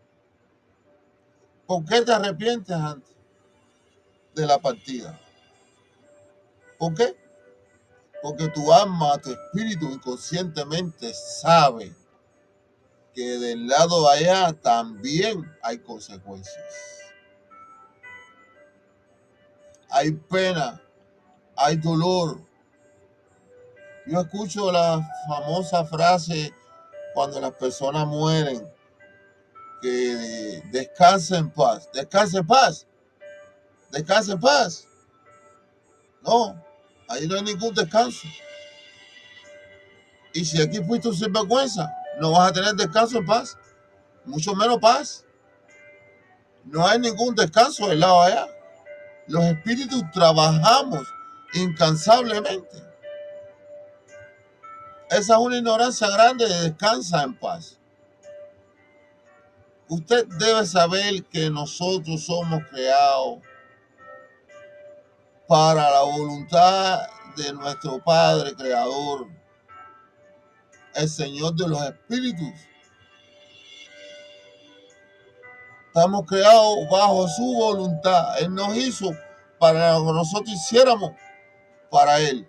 ¿Por qué te arrepientes antes de la partida? ¿Por qué? Porque tu alma, tu espíritu inconscientemente sabe que del lado de allá también hay consecuencias. Hay pena, hay dolor. Yo escucho la famosa frase cuando las personas mueren, que descansa en paz, descansa en paz, descansa en paz. No, ahí no hay ningún descanso. Y si aquí fuiste un sinvergüenza, no vas a tener descanso en paz, mucho menos paz. No hay ningún descanso del lado allá. Los espíritus trabajamos incansablemente. Esa es una ignorancia grande de descansa en paz. Usted debe saber que nosotros somos creados para la voluntad de nuestro Padre Creador, el Señor de los Espíritus. Estamos creados bajo su voluntad. Él nos hizo para que nosotros hiciéramos para Él.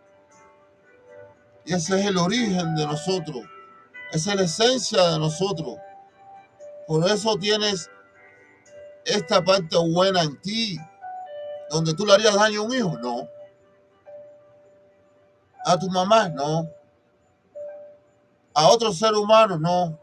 Y ese es el origen de nosotros. Esa es la esencia de nosotros. Por eso tienes esta parte buena en ti, donde tú le harías daño a un hijo, no. A tu mamá, no. A otro ser humano, no.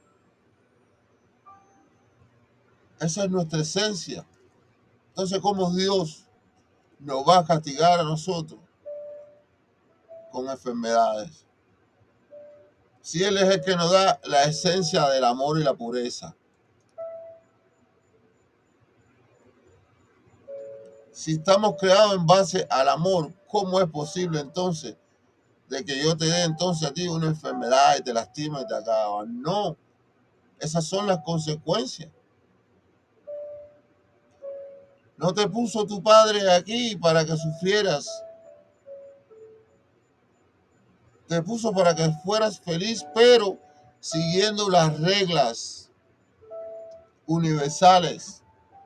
Esa es nuestra esencia. Entonces, ¿cómo Dios nos va a castigar a nosotros con enfermedades? Si Él es el que nos da la esencia del amor y la pureza. Si estamos creados en base al amor, ¿cómo es posible entonces de que yo te dé entonces a ti una enfermedad y te lastime y te acaba? No, esas son las consecuencias. No te puso tu padre aquí para que sufrieras. Te puso para que fueras feliz, pero siguiendo las reglas universales.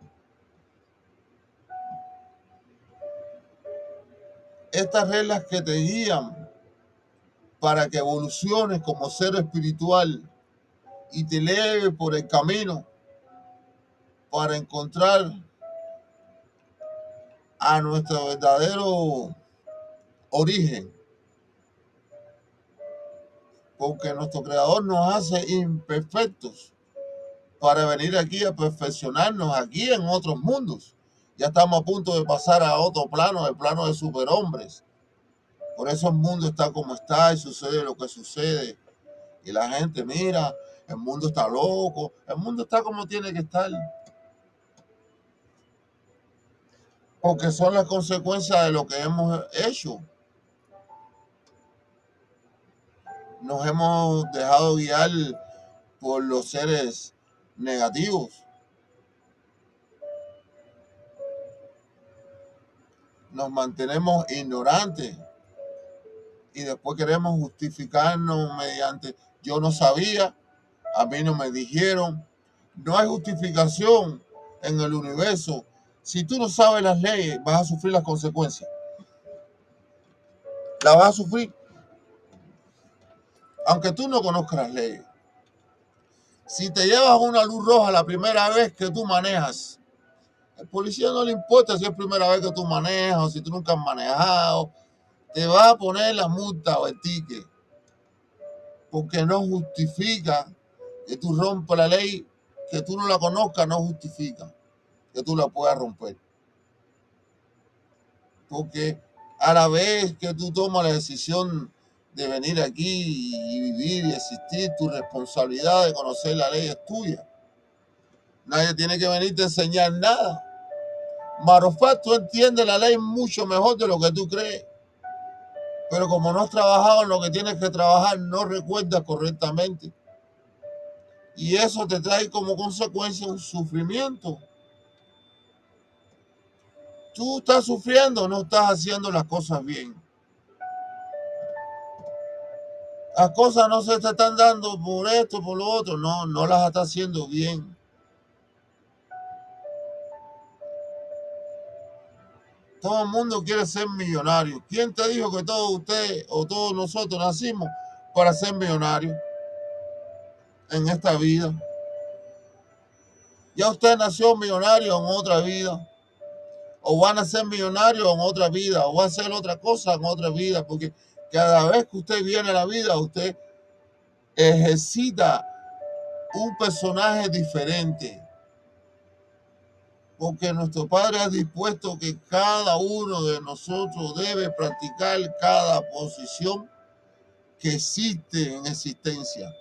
Estas reglas que te guían para que evoluciones como ser espiritual y te eleves por el camino para encontrar a nuestro verdadero origen. Porque nuestro Creador nos hace imperfectos para venir aquí a perfeccionarnos aquí en otros mundos. Ya estamos a punto de pasar a otro plano, el plano de superhombres. Por eso el mundo está como está y sucede lo que sucede. Y la gente, mira, el mundo está loco, el mundo está como tiene que estar. Porque son las consecuencias de lo que hemos hecho. Nos hemos dejado guiar por los seres negativos. Nos mantenemos ignorantes y después queremos justificarnos mediante yo no sabía, a mí no me dijeron. No hay justificación en el universo. Si tú no sabes las leyes, vas a sufrir las consecuencias. La vas a sufrir, aunque tú no conozcas las leyes. Si te llevas una luz roja la primera vez que tú manejas, al policía no le importa si es primera vez que tú manejas o si tú nunca has manejado, te va a poner la multa o el ticket, porque no justifica que tú rompas la ley, que tú no la conozcas, no justifica que tú la puedas romper. Porque a la vez que tú tomas la decisión de venir aquí y vivir y existir, tu responsabilidad de conocer la ley es tuya. Nadie tiene que venirte a enseñar nada. Marofat, tú entiendes la ley mucho mejor de lo que tú crees. Pero como no has trabajado en lo que tienes que trabajar, no recuerdas correctamente. Y eso te trae como consecuencia un sufrimiento. Tú estás sufriendo, no estás haciendo las cosas bien. Las cosas no se te están dando por esto, por lo otro. No, no las estás haciendo bien. Todo el mundo quiere ser millonario. ¿Quién te dijo que todos ustedes o todos nosotros nacimos para ser millonarios en esta vida? Ya usted nació millonario en otra vida. O van a ser millonarios en otra vida. O va a hacer otra cosa en otra vida. Porque cada vez que usted viene a la vida, usted ejercita un personaje diferente. Porque nuestro Padre ha dispuesto que cada uno de nosotros debe practicar cada posición que existe en existencia.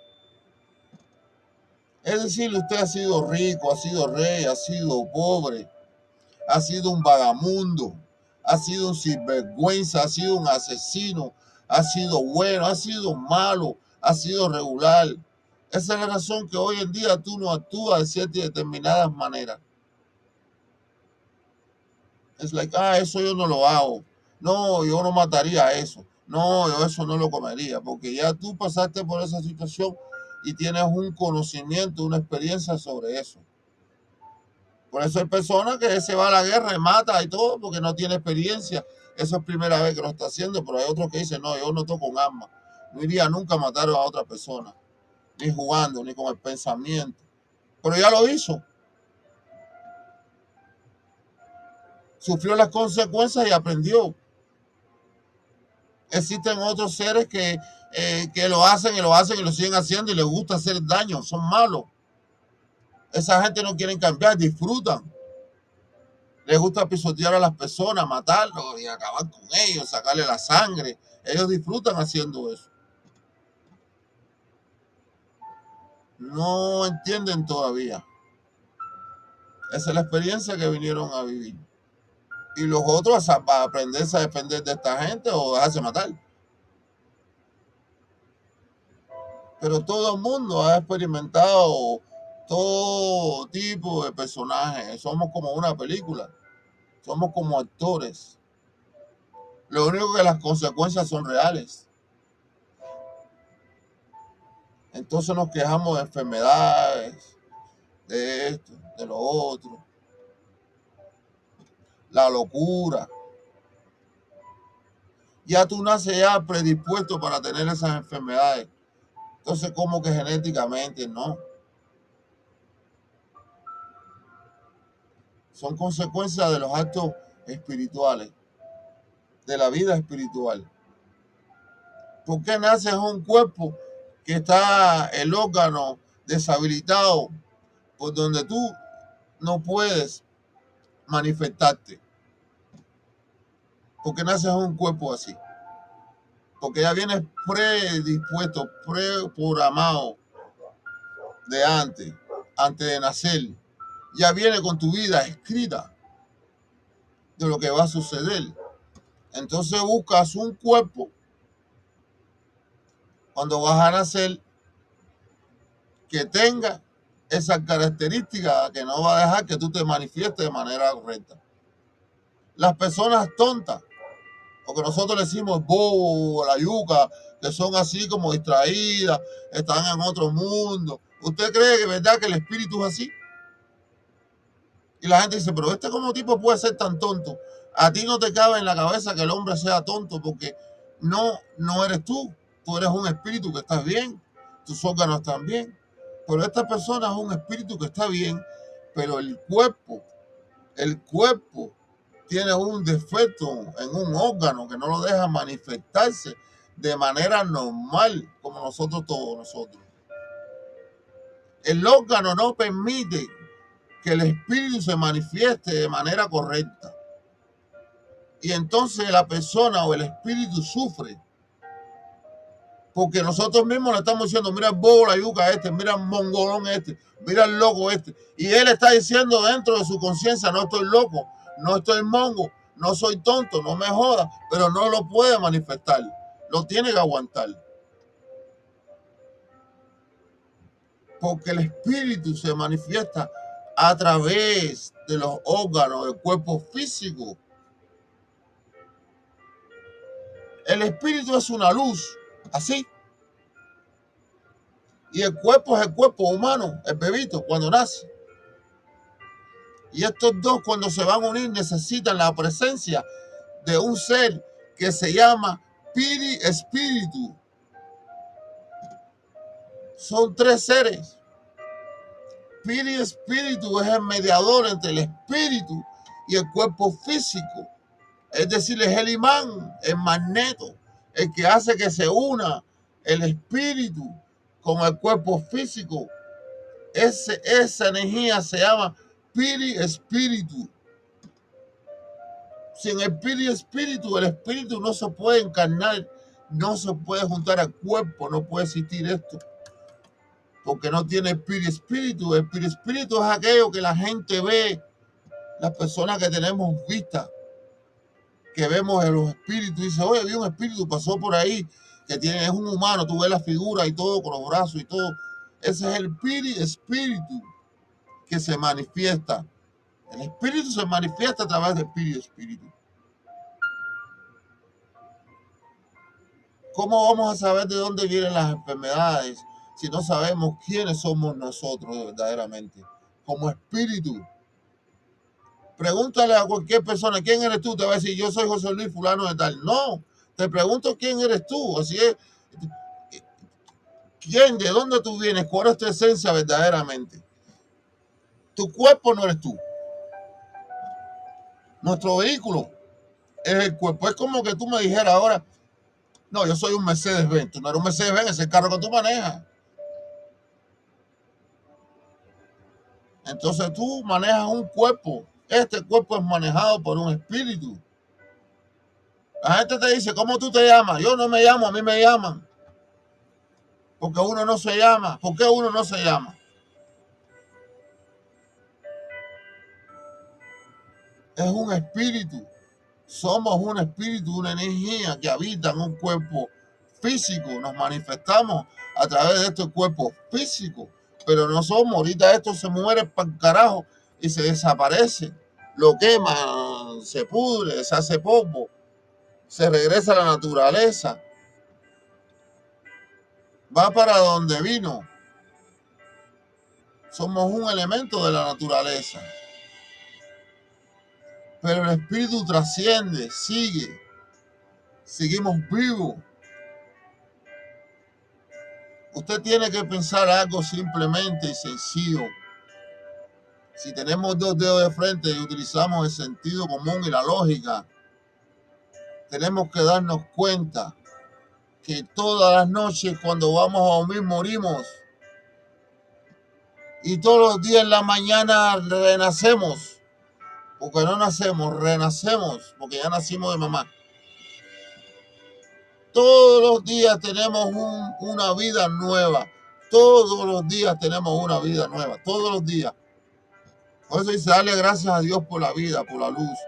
Es decir, usted ha sido rico, ha sido rey, ha sido pobre, ha sido un vagamundo, ha sido un sinvergüenza, ha sido un asesino, ha sido bueno, ha sido malo, ha sido regular. Esa es la razón que hoy en día tú no actúas de ciertas y determinadas maneras. Es like, eso yo no lo hago. No, yo no mataría eso. No, yo eso no lo comería, porque ya tú pasaste por esa situación y tienes un conocimiento, una experiencia sobre eso. Por eso hay personas que se va a la guerra y mata y todo porque no tiene experiencia. Eso es primera vez que lo está haciendo, pero hay otros que dicen, no, yo no toco un arma. No iría nunca a matar a otra persona, ni jugando, ni con el pensamiento. Pero ya lo hizo. Sufrió las consecuencias y aprendió. Existen otros seres que lo hacen y lo hacen y lo siguen haciendo y les gusta hacer daño, son malos. Esa gente no quiere cambiar, disfrutan. Les gusta pisotear a las personas, matarlos y acabar con ellos, sacarle la sangre. Ellos disfrutan haciendo eso. No entienden todavía. Esa es la experiencia que vinieron a vivir. Y los otros a aprenderse a defender de esta gente o dejarse matar. Pero todo el mundo ha experimentado todo tipo de personajes. Somos como una película. Somos como actores. Lo único que las consecuencias son reales. Entonces nos quejamos de enfermedades, de esto, de lo otro. La locura. Ya tú naces ya predispuesto para tener esas enfermedades. Entonces, como que genéticamente no. Son consecuencias de los actos espirituales, de la vida espiritual. ¿Por qué naces en un cuerpo que está el órgano deshabilitado, por donde tú no puedes manifestarte? ¿Por qué naces en un cuerpo así? Porque ya vienes predispuesto, preprogramado de antes de nacer. Ya viene con tu vida escrita de lo que va a suceder. Entonces buscas un cuerpo cuando vas a nacer que tenga esa característica que no va a dejar que tú te manifiestes de manera correcta. Las personas tontas, o que nosotros le decimos bobo, la yuca, que son así como distraídas, están en otro mundo. ¿Usted cree que es verdad que el espíritu es así? Y la gente dice, pero como tipo puede ser tan tonto. A ti no te cabe en la cabeza que el hombre sea tonto porque no eres tú. Tú eres un espíritu que estás bien, tus órganos están bien. Pero esta persona es un espíritu que está bien, pero el cuerpo tiene un defecto en un órgano que no lo deja manifestarse de manera normal, como nosotros todos nosotros. El órgano no permite que el espíritu se manifieste de manera correcta. Y entonces la persona o el espíritu sufre. Porque nosotros mismos le estamos diciendo, mira el bobo, la yuca este, mira el mongolón este, mira el loco este. Y él está diciendo dentro de su conciencia, no estoy loco, no estoy mongo, no soy tonto, no me joda, pero no lo puede manifestar. Lo tiene que aguantar. Porque el espíritu se manifiesta a través de los órganos del cuerpo físico. El espíritu es una luz, así. Y el cuerpo es el cuerpo humano, el bebito, cuando nace. Y estos dos, cuando se van a unir, necesitan la presencia de un ser que se llama Piri Espíritu. Son tres seres. Piri Espíritu es el mediador entre el espíritu y el cuerpo físico. Es decir, es el imán, el magneto, el que hace que se una el espíritu con el cuerpo físico. Esa energía se llama Piri Espíritu. Sin el Piri Espíritu, el espíritu no se puede encarnar, no se puede juntar al cuerpo, no puede existir esto. Porque no tiene el Piri Espíritu. El Piri Espíritu es aquello que la gente ve, las personas que tenemos vista, que vemos en los espíritus, dice, oye, vi un espíritu, pasó por ahí, es un humano, tú ves la figura y todo, con los brazos y todo. Ese es el espíritu que se manifiesta. El espíritu se manifiesta a través del espíritu. ¿Cómo vamos a saber de dónde vienen las enfermedades si no sabemos quiénes somos nosotros verdaderamente? Como espíritu. Pregúntale a cualquier persona, ¿quién eres tú? Te va a decir, yo soy José Luis fulano de tal. No, te pregunto quién eres tú. Así es, ¿quién? ¿De dónde tú vienes? ¿Cuál es tu esencia verdaderamente? Tu cuerpo no eres tú. Nuestro vehículo es el cuerpo. Es como que tú me dijeras ahora, no, yo soy un Mercedes-Benz. Tú no eres un Mercedes-Benz, es el carro que tú manejas. Entonces tú manejas un cuerpo. Este cuerpo es manejado por un espíritu. La gente te dice, ¿cómo tú te llamas? Yo no me llamo, a mí me llaman. Porque uno no se llama. ¿Por qué uno no se llama? Es un espíritu. Somos un espíritu, una energía que habita en un cuerpo físico. Nos manifestamos a través de este cuerpo físico. Pero no somos. Ahorita esto se muere para el carajo y se desaparece. Lo queman, se pudre, se hace polvo, se regresa a la naturaleza. Va para donde vino. Somos un elemento de la naturaleza. Pero el espíritu trasciende, sigue. Seguimos vivos. Usted tiene que pensar algo simplemente y sencillo. Si tenemos dos dedos de frente y utilizamos el sentido común y la lógica, tenemos que darnos cuenta que todas las noches cuando vamos a dormir morimos. Y todos los días en la mañana renacemos. Porque no nacemos, renacemos. Porque ya nacimos de mamá. Todos los días tenemos una vida nueva. Todos los días tenemos una vida nueva. Todos los días. Por eso dice, dale gracias a Dios por la vida, por la luz.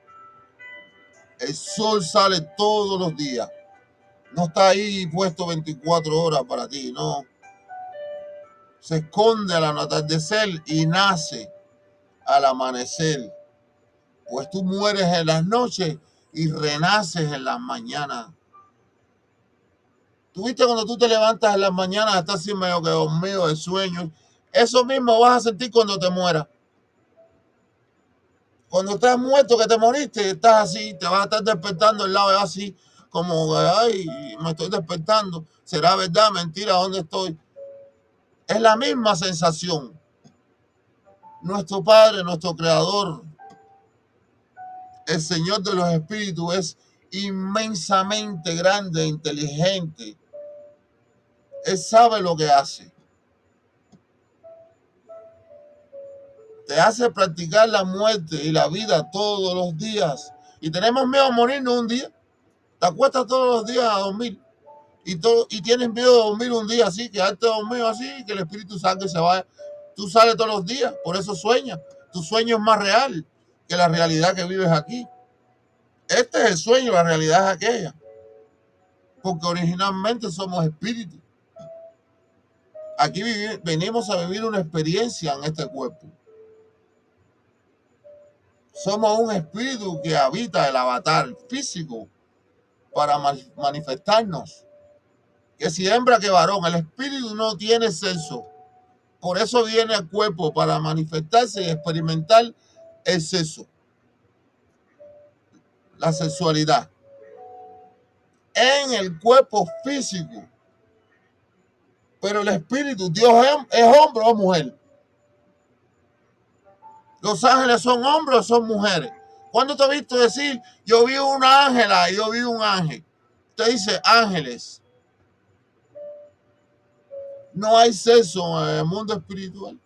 El sol sale todos los días. No está ahí puesto 24 horas para ti, no. Se esconde al atardecer y nace al amanecer. Pues tú mueres en las noches y renaces en las mañanas. Tú viste cuando tú te levantas en las mañanas, estás así medio que dormido de sueño. Eso mismo vas a sentir cuando te mueras. Cuando estás muerto, que te moriste, estás así, te vas a estar despertando el lado así, como, ay, me estoy despertando. ¿Será verdad, mentira, dónde estoy? Es la misma sensación. Nuestro Padre, nuestro Creador, el Señor de los Espíritus, es inmensamente grande e inteligente. Él sabe lo que hace. Te hace practicar la muerte y la vida todos los días. Y tenemos miedo a morirnos un día. Te acuestas todos los días a dormir. Y tienes miedo de dormir un día así, quedarte dormido así, que el Espíritu Santo se vaya. Tú sales todos los días, por eso sueñas. Tu sueño es más real que la realidad que vives aquí. Este es el sueño, la realidad es aquella. Porque originalmente somos espíritus. Aquí venimos a vivir una experiencia en este cuerpo. Somos un espíritu que habita el avatar físico para manifestarnos. Que si hembra que varón, el espíritu no tiene sexo. Por eso viene al cuerpo para manifestarse y experimentar el sexo, la sexualidad. En el cuerpo físico. Pero el espíritu, Dios es hombre o mujer. Los ángeles son hombres o son mujeres. ¿Cuándo te has visto decir, yo vi una ángela y yo vi un ángel? Usted dice ángeles. No hay sexo en el mundo espiritual.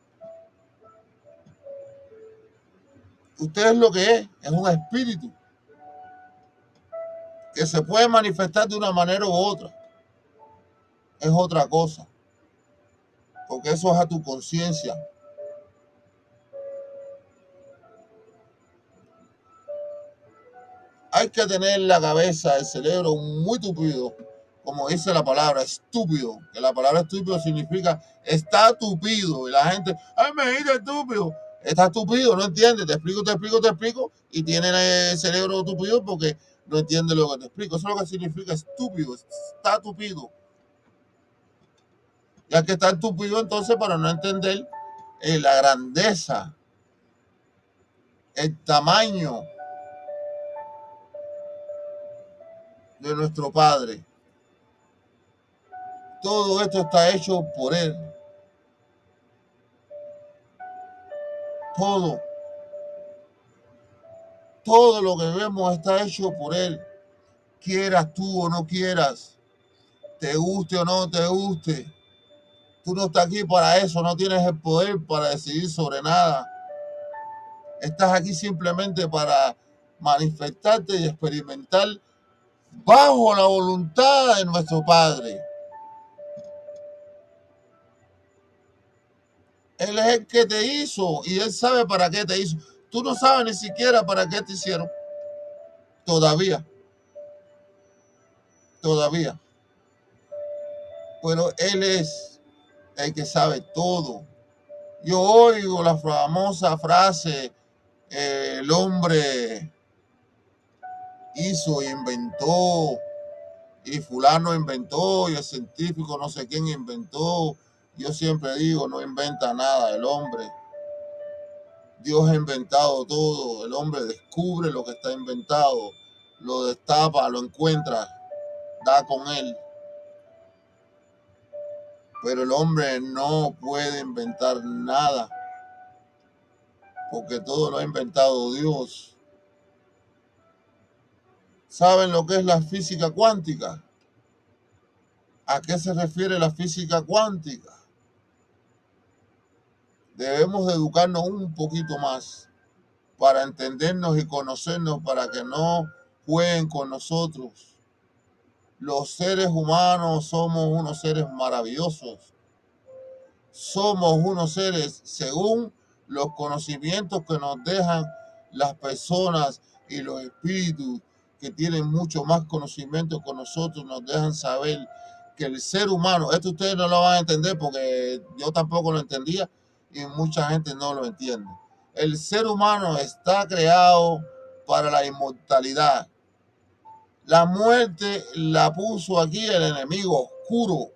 Usted es lo que es un espíritu que se puede manifestar de una manera u otra. Es otra cosa, porque eso es a tu conciencia. Hay que tener la cabeza, el cerebro muy tupido como dice la palabra, estúpido, que la palabra estúpido significa está tupido, y la gente, ay, me dijiste estúpido, está estúpido, no entiende, te explico, y tiene el cerebro tupido porque no entiende lo que te explico. Eso es lo que significa estúpido, está tupido. Ya que está estúpido entonces para no entender la grandeza, el tamaño de nuestro Padre. Todo esto está hecho por Él. Todo, todo lo que vemos está hecho por Él. Quieras tú o no quieras, te guste o no te guste. Tú no estás aquí para eso, no tienes el poder para decidir sobre nada. Estás aquí simplemente para manifestarte y experimentar bajo la voluntad de nuestro Padre. Él es el que te hizo y Él sabe para qué te hizo. Tú no sabes ni siquiera para qué te hicieron. Todavía. Todavía. Pero Él es el que sabe todo. Yo oigo la famosa frase, el hombre hizo y inventó, y fulano inventó, y el científico no sé quién inventó. Yo siempre digo, no inventa nada el hombre. Dios ha inventado todo, el hombre descubre lo que está inventado, lo destapa, lo encuentra, da con él. Pero el hombre no puede inventar nada, porque todo lo ha inventado Dios. ¿Saben lo que es la física cuántica? ¿A qué se refiere la física cuántica? Debemos de educarnos un poquito más para entendernos y conocernos, para que no jueguen con nosotros. Los seres humanos somos unos seres maravillosos. Somos unos seres, según los conocimientos que nos dejan las personas y los espíritus que tienen mucho más conocimiento que nosotros, nos dejan saber que el ser humano, esto ustedes no lo van a entender porque yo tampoco lo entendía y mucha gente no lo entiende. El ser humano está creado para la inmortalidad. La muerte la puso aquí el enemigo oscuro.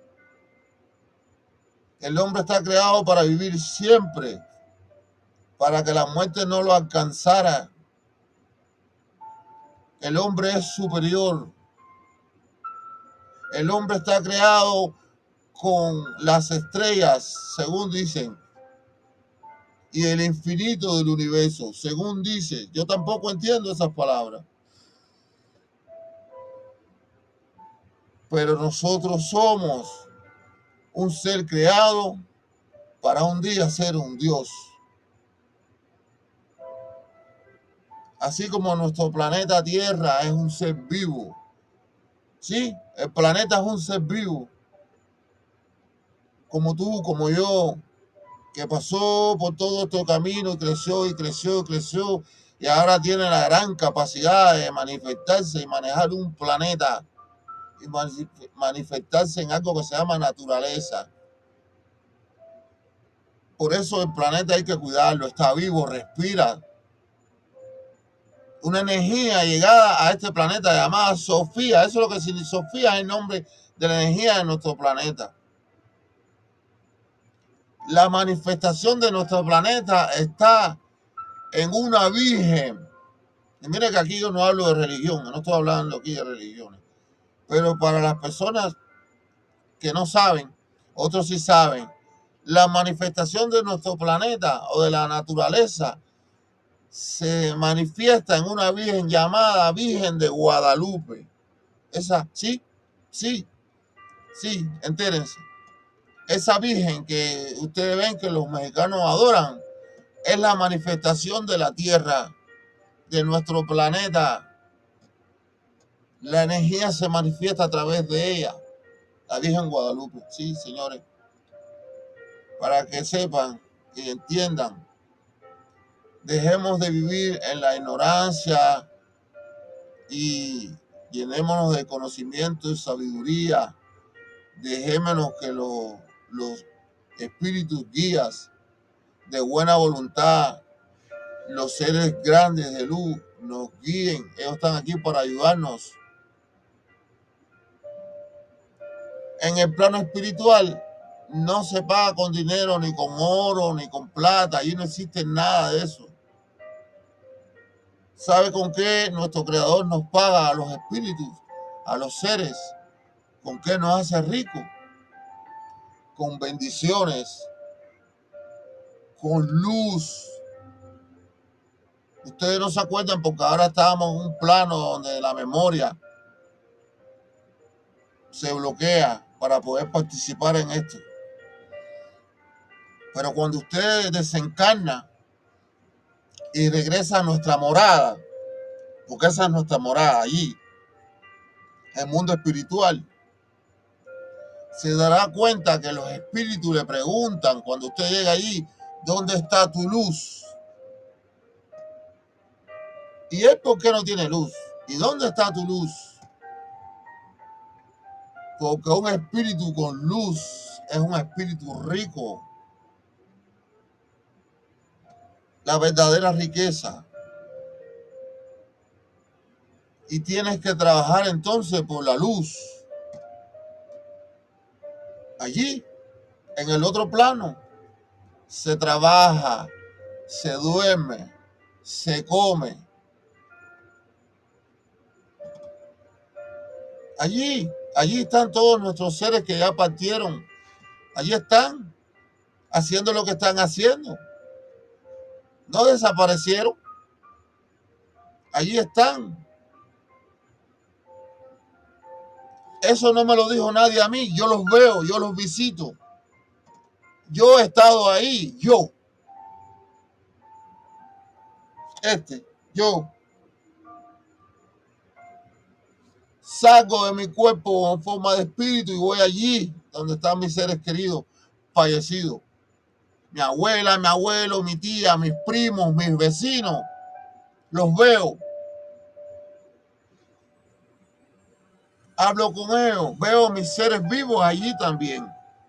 El hombre está creado para vivir siempre, para que la muerte no lo alcanzara. El hombre es superior. El hombre está creado con las estrellas, según dicen, y el infinito del universo, según dice. Yo tampoco entiendo esas palabras. Pero nosotros somos un ser creado para un día ser un Dios. Así como nuestro planeta Tierra es un ser vivo. Sí, el planeta es un ser vivo. Como tú, como yo, que pasó por todo este camino y creció y creció y creció y ahora tiene la gran capacidad de manifestarse y manejar un planeta y manifestarse en algo que se llama naturaleza. Por eso el planeta hay que cuidarlo, está vivo, respira. Una energía llegada a este planeta llamada Sofía, eso es lo que significa. Sofía es el nombre de la energía de nuestro planeta. La manifestación de nuestro planeta está en una virgen. Y mira que aquí yo no hablo de religión, no estoy hablando aquí de religiones. Pero para las personas que no saben, otros sí saben, la manifestación de nuestro planeta o de la naturaleza se manifiesta en una virgen llamada Virgen de Guadalupe. Esa, sí, sí, sí, entérense. Esa virgen que ustedes ven que los mexicanos adoran es la manifestación de la tierra, de nuestro planeta. La energía se manifiesta a través de ella, la Virgen Guadalupe. Sí, señores, para que sepan y entiendan, dejemos de vivir en la ignorancia y llenémonos de conocimiento y sabiduría, dejémonos que los espíritus guías de buena voluntad, los seres grandes de luz, nos guíen. Ellos están aquí para ayudarnos. En el plano espiritual no se paga con dinero, ni con oro, ni con plata. Allí no existe nada de eso. ¿Sabe con qué nuestro Creador nos paga a los espíritus, a los seres? ¿Con qué nos hace ricos? Con bendiciones, con luz. Ustedes no se acuerdan porque ahora estamos en un plano donde la memoria se bloquea para poder participar en esto. Pero cuando usted desencarna y regresa a nuestra morada, porque esa es nuestra morada allí, el mundo espiritual, se dará cuenta que los espíritus le preguntan cuando usted llega allí, ¿dónde está tu luz? ¿Y él por qué no tiene luz? ¿Y dónde está tu luz? Porque un espíritu con luz es un espíritu rico. La verdadera riqueza. Y tienes que trabajar entonces por la luz. Allí, en el otro plano, se trabaja, se duerme, se come. Allí están todos nuestros seres que ya partieron. Allí están, haciendo lo que están haciendo. No desaparecieron. Allí están. Eso no me lo dijo nadie a mí. Yo los veo, yo los visito. Yo he estado ahí, yo salgo de mi cuerpo en forma de espíritu y voy allí donde están mis seres queridos fallecidos. Mi abuela, mi abuelo, mi tía, mis primos, mis vecinos. Los veo. Hablo con ellos. Veo mis seres vivos allí también.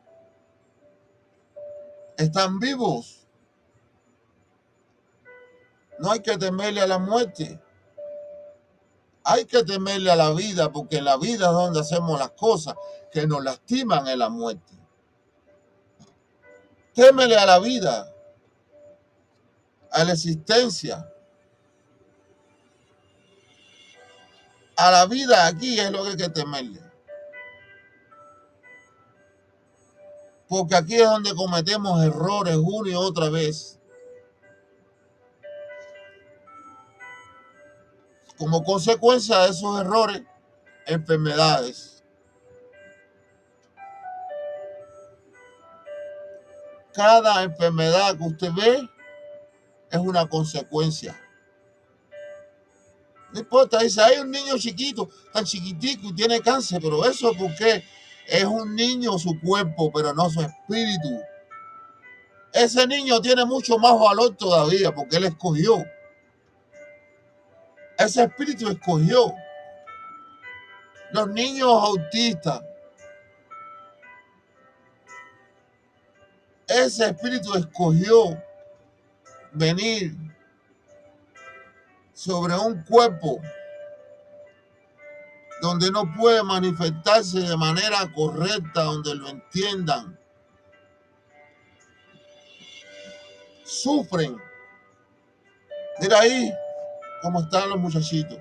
Están vivos. No hay que temerle a la muerte. Hay que temerle a la vida, porque en la vida es donde hacemos las cosas que nos lastiman en la muerte. Témele a la vida, a la existencia. A la vida aquí es lo que hay que temerle. Porque aquí es donde cometemos errores una y otra vez. Como consecuencia de esos errores, enfermedades. Cada enfermedad que usted ve es una consecuencia. No importa, dice, hay un niño chiquito, tan chiquitico y tiene cáncer, pero eso es porque es un niño su cuerpo, pero no su espíritu. Ese niño tiene mucho más valor todavía porque él escogió. Ese espíritu escogió. Los niños autistas, ese espíritu escogió venir sobre un cuerpo donde no puede manifestarse de manera correcta, donde lo entiendan. Sufren. Mira ahí cómo están los muchachitos.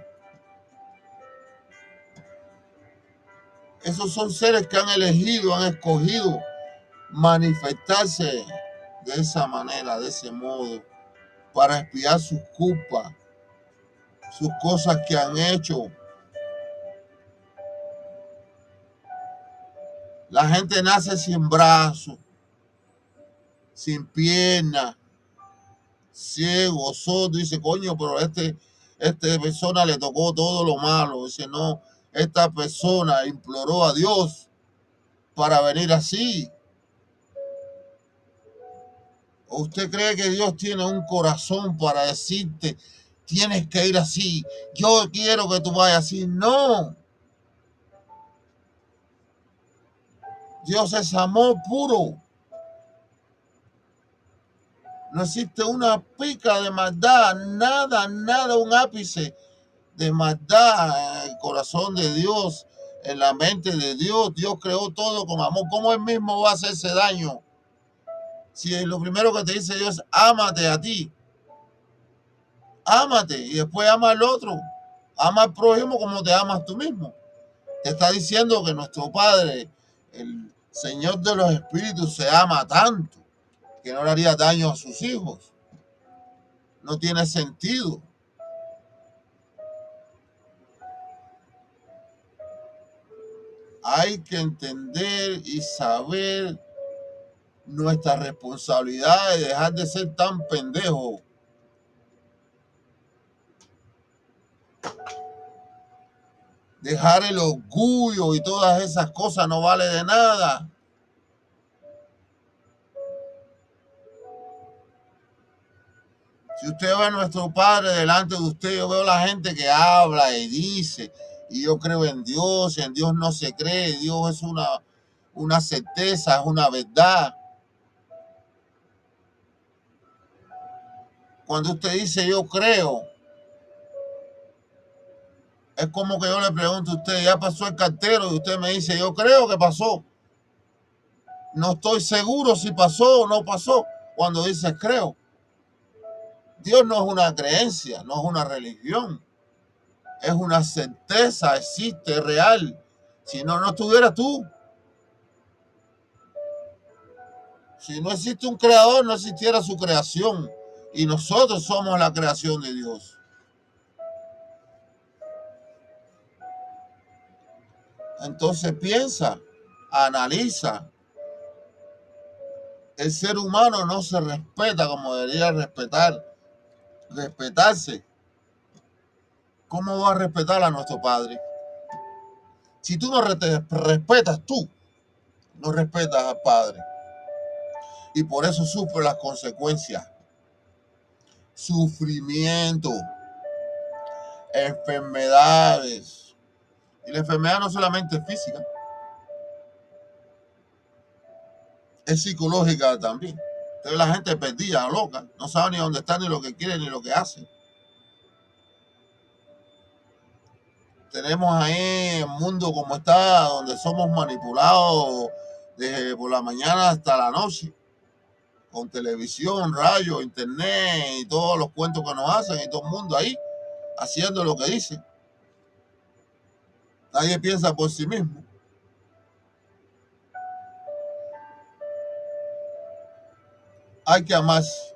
Esos son seres que han elegido, han escogido manifestarse de esa manera, de ese modo, para expiar sus culpas, sus cosas que han hecho. La gente nace sin brazos, sin piernas, ciego, sordo. Dice, coño, pero esta persona le tocó todo lo malo. Dice, no, esta persona imploró a Dios para venir así. ¿O usted cree que Dios tiene un corazón para decirte, tienes que ir así? Yo quiero que tú vayas así. No. Dios es amor puro. No existe una pica de maldad, nada, nada, un ápice de maldad en el corazón de Dios, en la mente de Dios. Dios creó todo con amor. ¿Cómo él mismo va a hacerse daño? Si lo primero que te dice Dios es ámate a ti, ámate y después ama al otro. Ama al prójimo como te amas tú mismo. Te está diciendo que nuestro Padre, el Señor de los Espíritus, se ama tanto que no le haría daño a sus hijos. No tiene sentido. Hay que entender y saber nuestra responsabilidad de dejar de ser tan pendejo. Dejar el orgullo y todas esas cosas no vale de nada. Si usted ve a nuestro Padre delante de usted, yo veo la gente que habla y dice, y yo creo en Dios, y en Dios no se cree, Dios es una certeza, es una verdad. Cuando usted dice yo creo, es como que yo le pregunto a usted, ¿ya pasó el cartero? Y usted me dice, yo creo que pasó. No estoy seguro si pasó o no pasó. Cuando dices creo. Dios no es una creencia, no es una religión. Es una certeza, existe, es real. Si no, no estuvieras tú. Si no existe un creador, no existiera su creación. Y nosotros somos la creación de Dios. Entonces piensa, analiza. El ser humano no se respeta como debería respetarse. ¿Cómo va a respetar a nuestro Padre? Si tú no respetas tú, no respetas al Padre. Y por eso sufre las consecuencias. Sufrimiento, enfermedades. Y la enfermedad no solamente es física, es psicológica también. Entonces la gente perdida, loca, no sabe ni dónde está, ni lo que quiere, ni lo que hace. Tenemos ahí el mundo como está, donde somos manipulados desde por la mañana hasta la noche, con televisión, radio, internet y todos los cuentos que nos hacen y todo el mundo ahí haciendo lo que dice. Nadie piensa por sí mismo. Hay que amarse,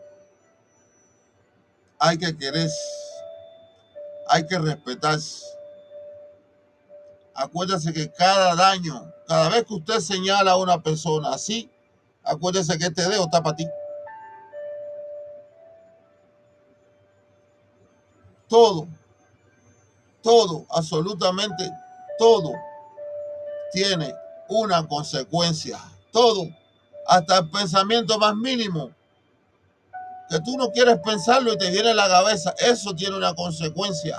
hay que quererse, hay que respetarse. Acuérdese que cada daño, cada vez que usted señala a una persona así, acuérdese que este dedo está para ti. Todo, todo, absolutamente todo tiene una consecuencia. Todo, hasta el pensamiento más mínimo, que tú no quieres pensarlo y te viene a la cabeza, eso tiene una consecuencia.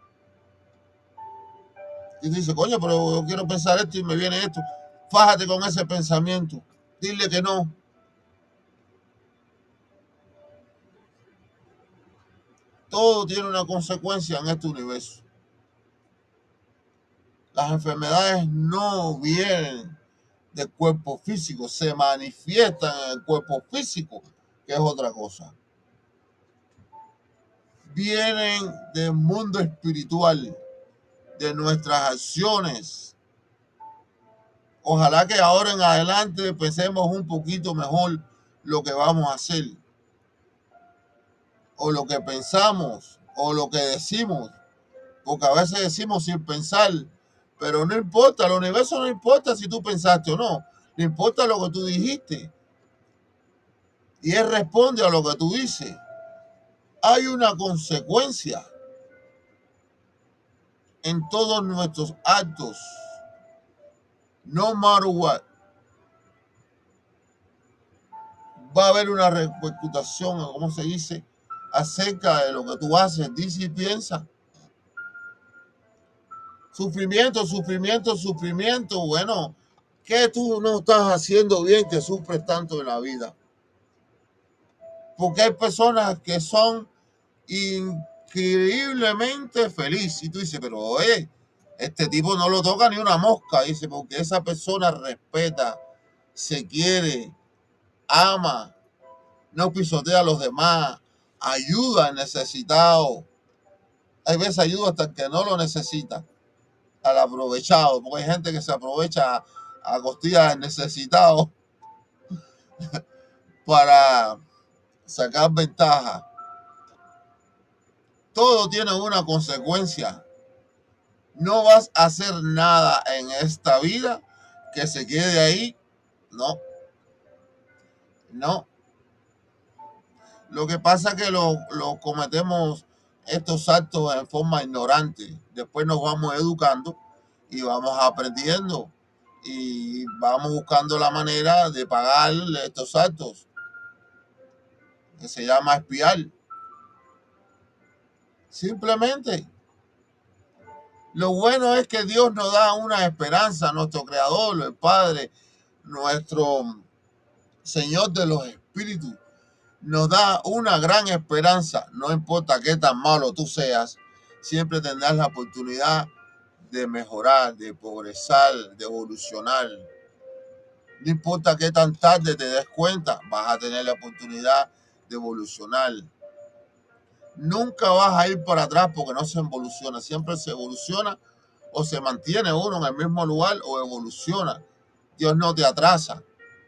Y dice, coño, pero yo quiero pensar esto y me viene esto. Fájate con ese pensamiento. Dile que no. Todo tiene una consecuencia en este universo. Las enfermedades no vienen del cuerpo físico, se manifiestan en el cuerpo físico, que es otra cosa. Vienen del mundo espiritual, de nuestras acciones. Ojalá que ahora en adelante pensemos un poquito mejor lo que vamos a hacer, o lo que pensamos, o lo que decimos, porque a veces decimos sin pensar, pero no importa, el universo no importa si tú pensaste o no, le importa lo que tú dijiste, y él responde a lo que tú dices. Hay una consecuencia en todos nuestros actos, no matter what. Va a haber una repercutación, como se dice, acerca de lo que tú haces, dices y piensas. Sufrimiento, sufrimiento, sufrimiento. Bueno, ¿Qué tú no estás haciendo bien que sufres tanto en la vida? Porque hay personas que son increíblemente felices. Y tú dices, pero oye, este tipo no lo toca ni una mosca. Dice, porque esa persona respeta, se quiere, ama, no pisotea a los demás, ayuda al necesitado. Hay veces ayuda hasta el que no lo necesita, al aprovechado, porque hay gente que se aprovecha a costillas del necesitado para sacar ventaja. Todo tiene una consecuencia. No vas a hacer nada en esta vida que se quede ahí. No, no. Lo que pasa es que lo cometemos estos actos en forma ignorante. Después nos vamos educando y vamos aprendiendo y vamos buscando la manera de pagar estos actos, que se llama espiar. Simplemente. Lo bueno es que Dios nos da una esperanza, nuestro Creador, el Padre, nuestro Señor de los Espíritus, nos da una gran esperanza. No importa qué tan malo tú seas, siempre tendrás la oportunidad de mejorar, de progresar, de evolucionar. No importa qué tan tarde te des cuenta, vas a tener la oportunidad de evolucionar. Nunca vas a ir para atrás porque no se evoluciona, siempre se evoluciona o se mantiene uno en el mismo lugar o evoluciona. Dios no te atrasa.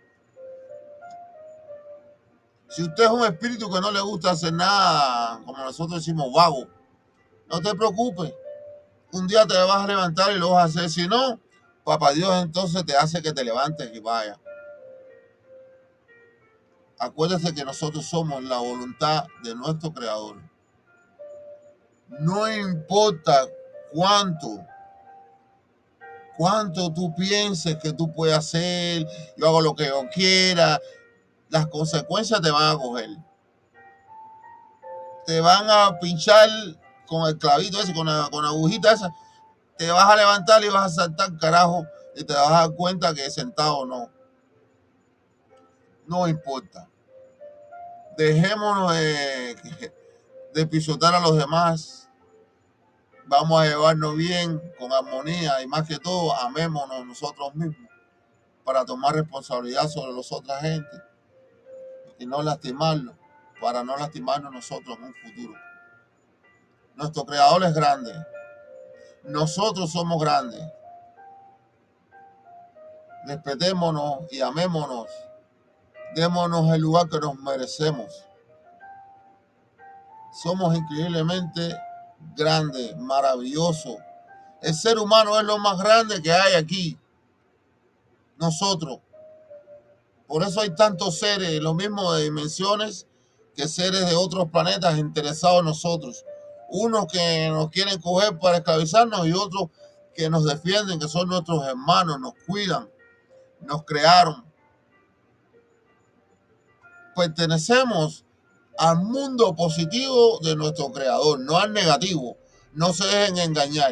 Si usted es un espíritu que no le gusta hacer nada, como nosotros decimos, vago, no te preocupes. Un día te vas a levantar y lo vas a hacer. Si no, papá Dios entonces te hace que te levantes y vayas. Acuérdese que nosotros somos la voluntad de nuestro Creador. No importa cuánto tú pienses que tú puedes hacer, yo hago lo que yo quiera, las consecuencias te van a coger. Te van a pinchar con el clavito ese, con la agujita esa, te vas a levantar y vas a saltar carajo y te vas a dar cuenta que sentado no importa. Dejémonos de pisotear a los demás, vamos a llevarnos bien, con armonía y más que todo, amémonos nosotros mismos para tomar responsabilidad sobre las otras gente y no lastimarlo, para no lastimarnos nosotros en un futuro. Nuestro Creador es grande, nosotros somos grandes. Respetémonos y amémonos, démonos el lugar que nos merecemos. Somos increíblemente grandes, maravillosos. El ser humano es lo más grande que hay aquí, nosotros. Por eso hay tantos seres, lo mismo de dimensiones, que seres de otros planetas interesados en nosotros. Unos que nos quieren coger para esclavizarnos y otros que nos defienden, que son nuestros hermanos, nos cuidan, nos crearon. Pertenecemos al mundo positivo de nuestro Creador, no al negativo. No se dejen engañar.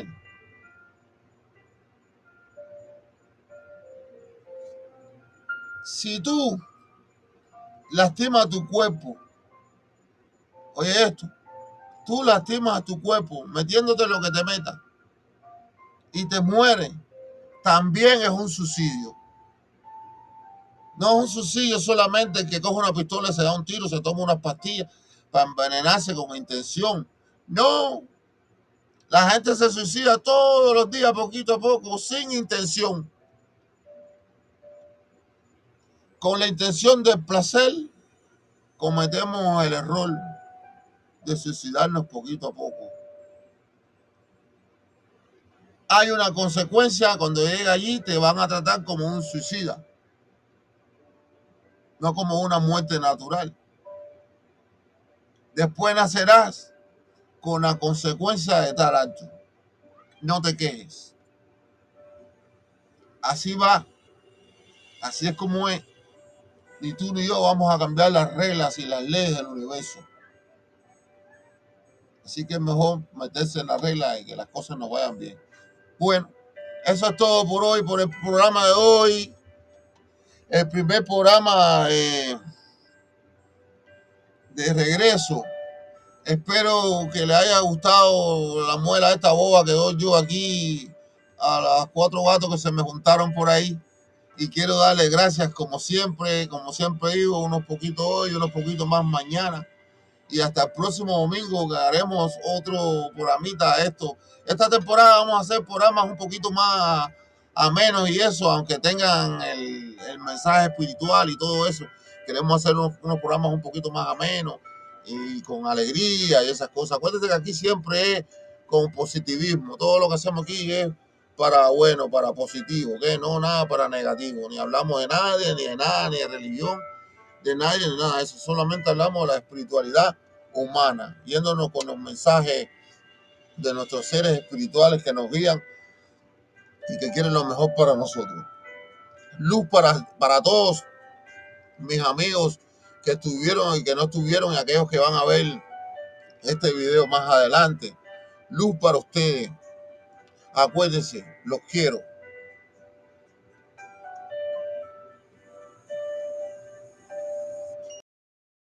Si tú lastimas tu cuerpo, oye esto, tú lastimas a tu cuerpo metiéndote lo que te meta y te mueres, también es un suicidio. No es un suicidio solamente el que coge una pistola, se da un tiro, se toma unas pastillas para envenenarse con intención. No, la gente se suicida todos los días, poquito a poco, sin intención. Con la intención del placer, cometemos el error de suicidarnos poquito a poco. Hay una consecuencia, cuando llega allí te van a tratar como un suicida, no como una muerte natural. Después nacerás con la consecuencia de estar alto. No te quejes. Así va, así es como es. Ni tú ni yo vamos a cambiar las reglas y las leyes del universo. Así que es mejor meterse en la regla y que las cosas nos vayan bien. Bueno, eso es todo por hoy, por el programa de hoy. el primer programa de regreso. Espero que le haya gustado la muela de esta boba que doy yo aquí a las 4 gatos que se me juntaron por ahí. Y quiero darle gracias como siempre digo, unos poquitos hoy, unos poquitos más mañana. Y hasta el próximo domingo que haremos otro programita de esto. Esta temporada vamos a hacer programas un poquito más a menos y eso, aunque tengan el mensaje espiritual y todo eso. Queremos hacer unos programas un poquito más amenos y con alegría y esas cosas. Acuérdense que aquí siempre es con positivismo. Todo lo que hacemos aquí es para bueno, para positivo, que no nada para negativo. Ni hablamos de nadie, ni de nada, ni de religión, de nadie, ni nada de eso. Solamente hablamos de la espiritualidad humana, yéndonos con los mensajes de nuestros seres espirituales que nos guían y que quieren lo mejor para nosotros. Luz para todos mis amigos que estuvieron y que no estuvieron y aquellos que van a ver este video más adelante. Luz para ustedes. Acuérdense, los quiero.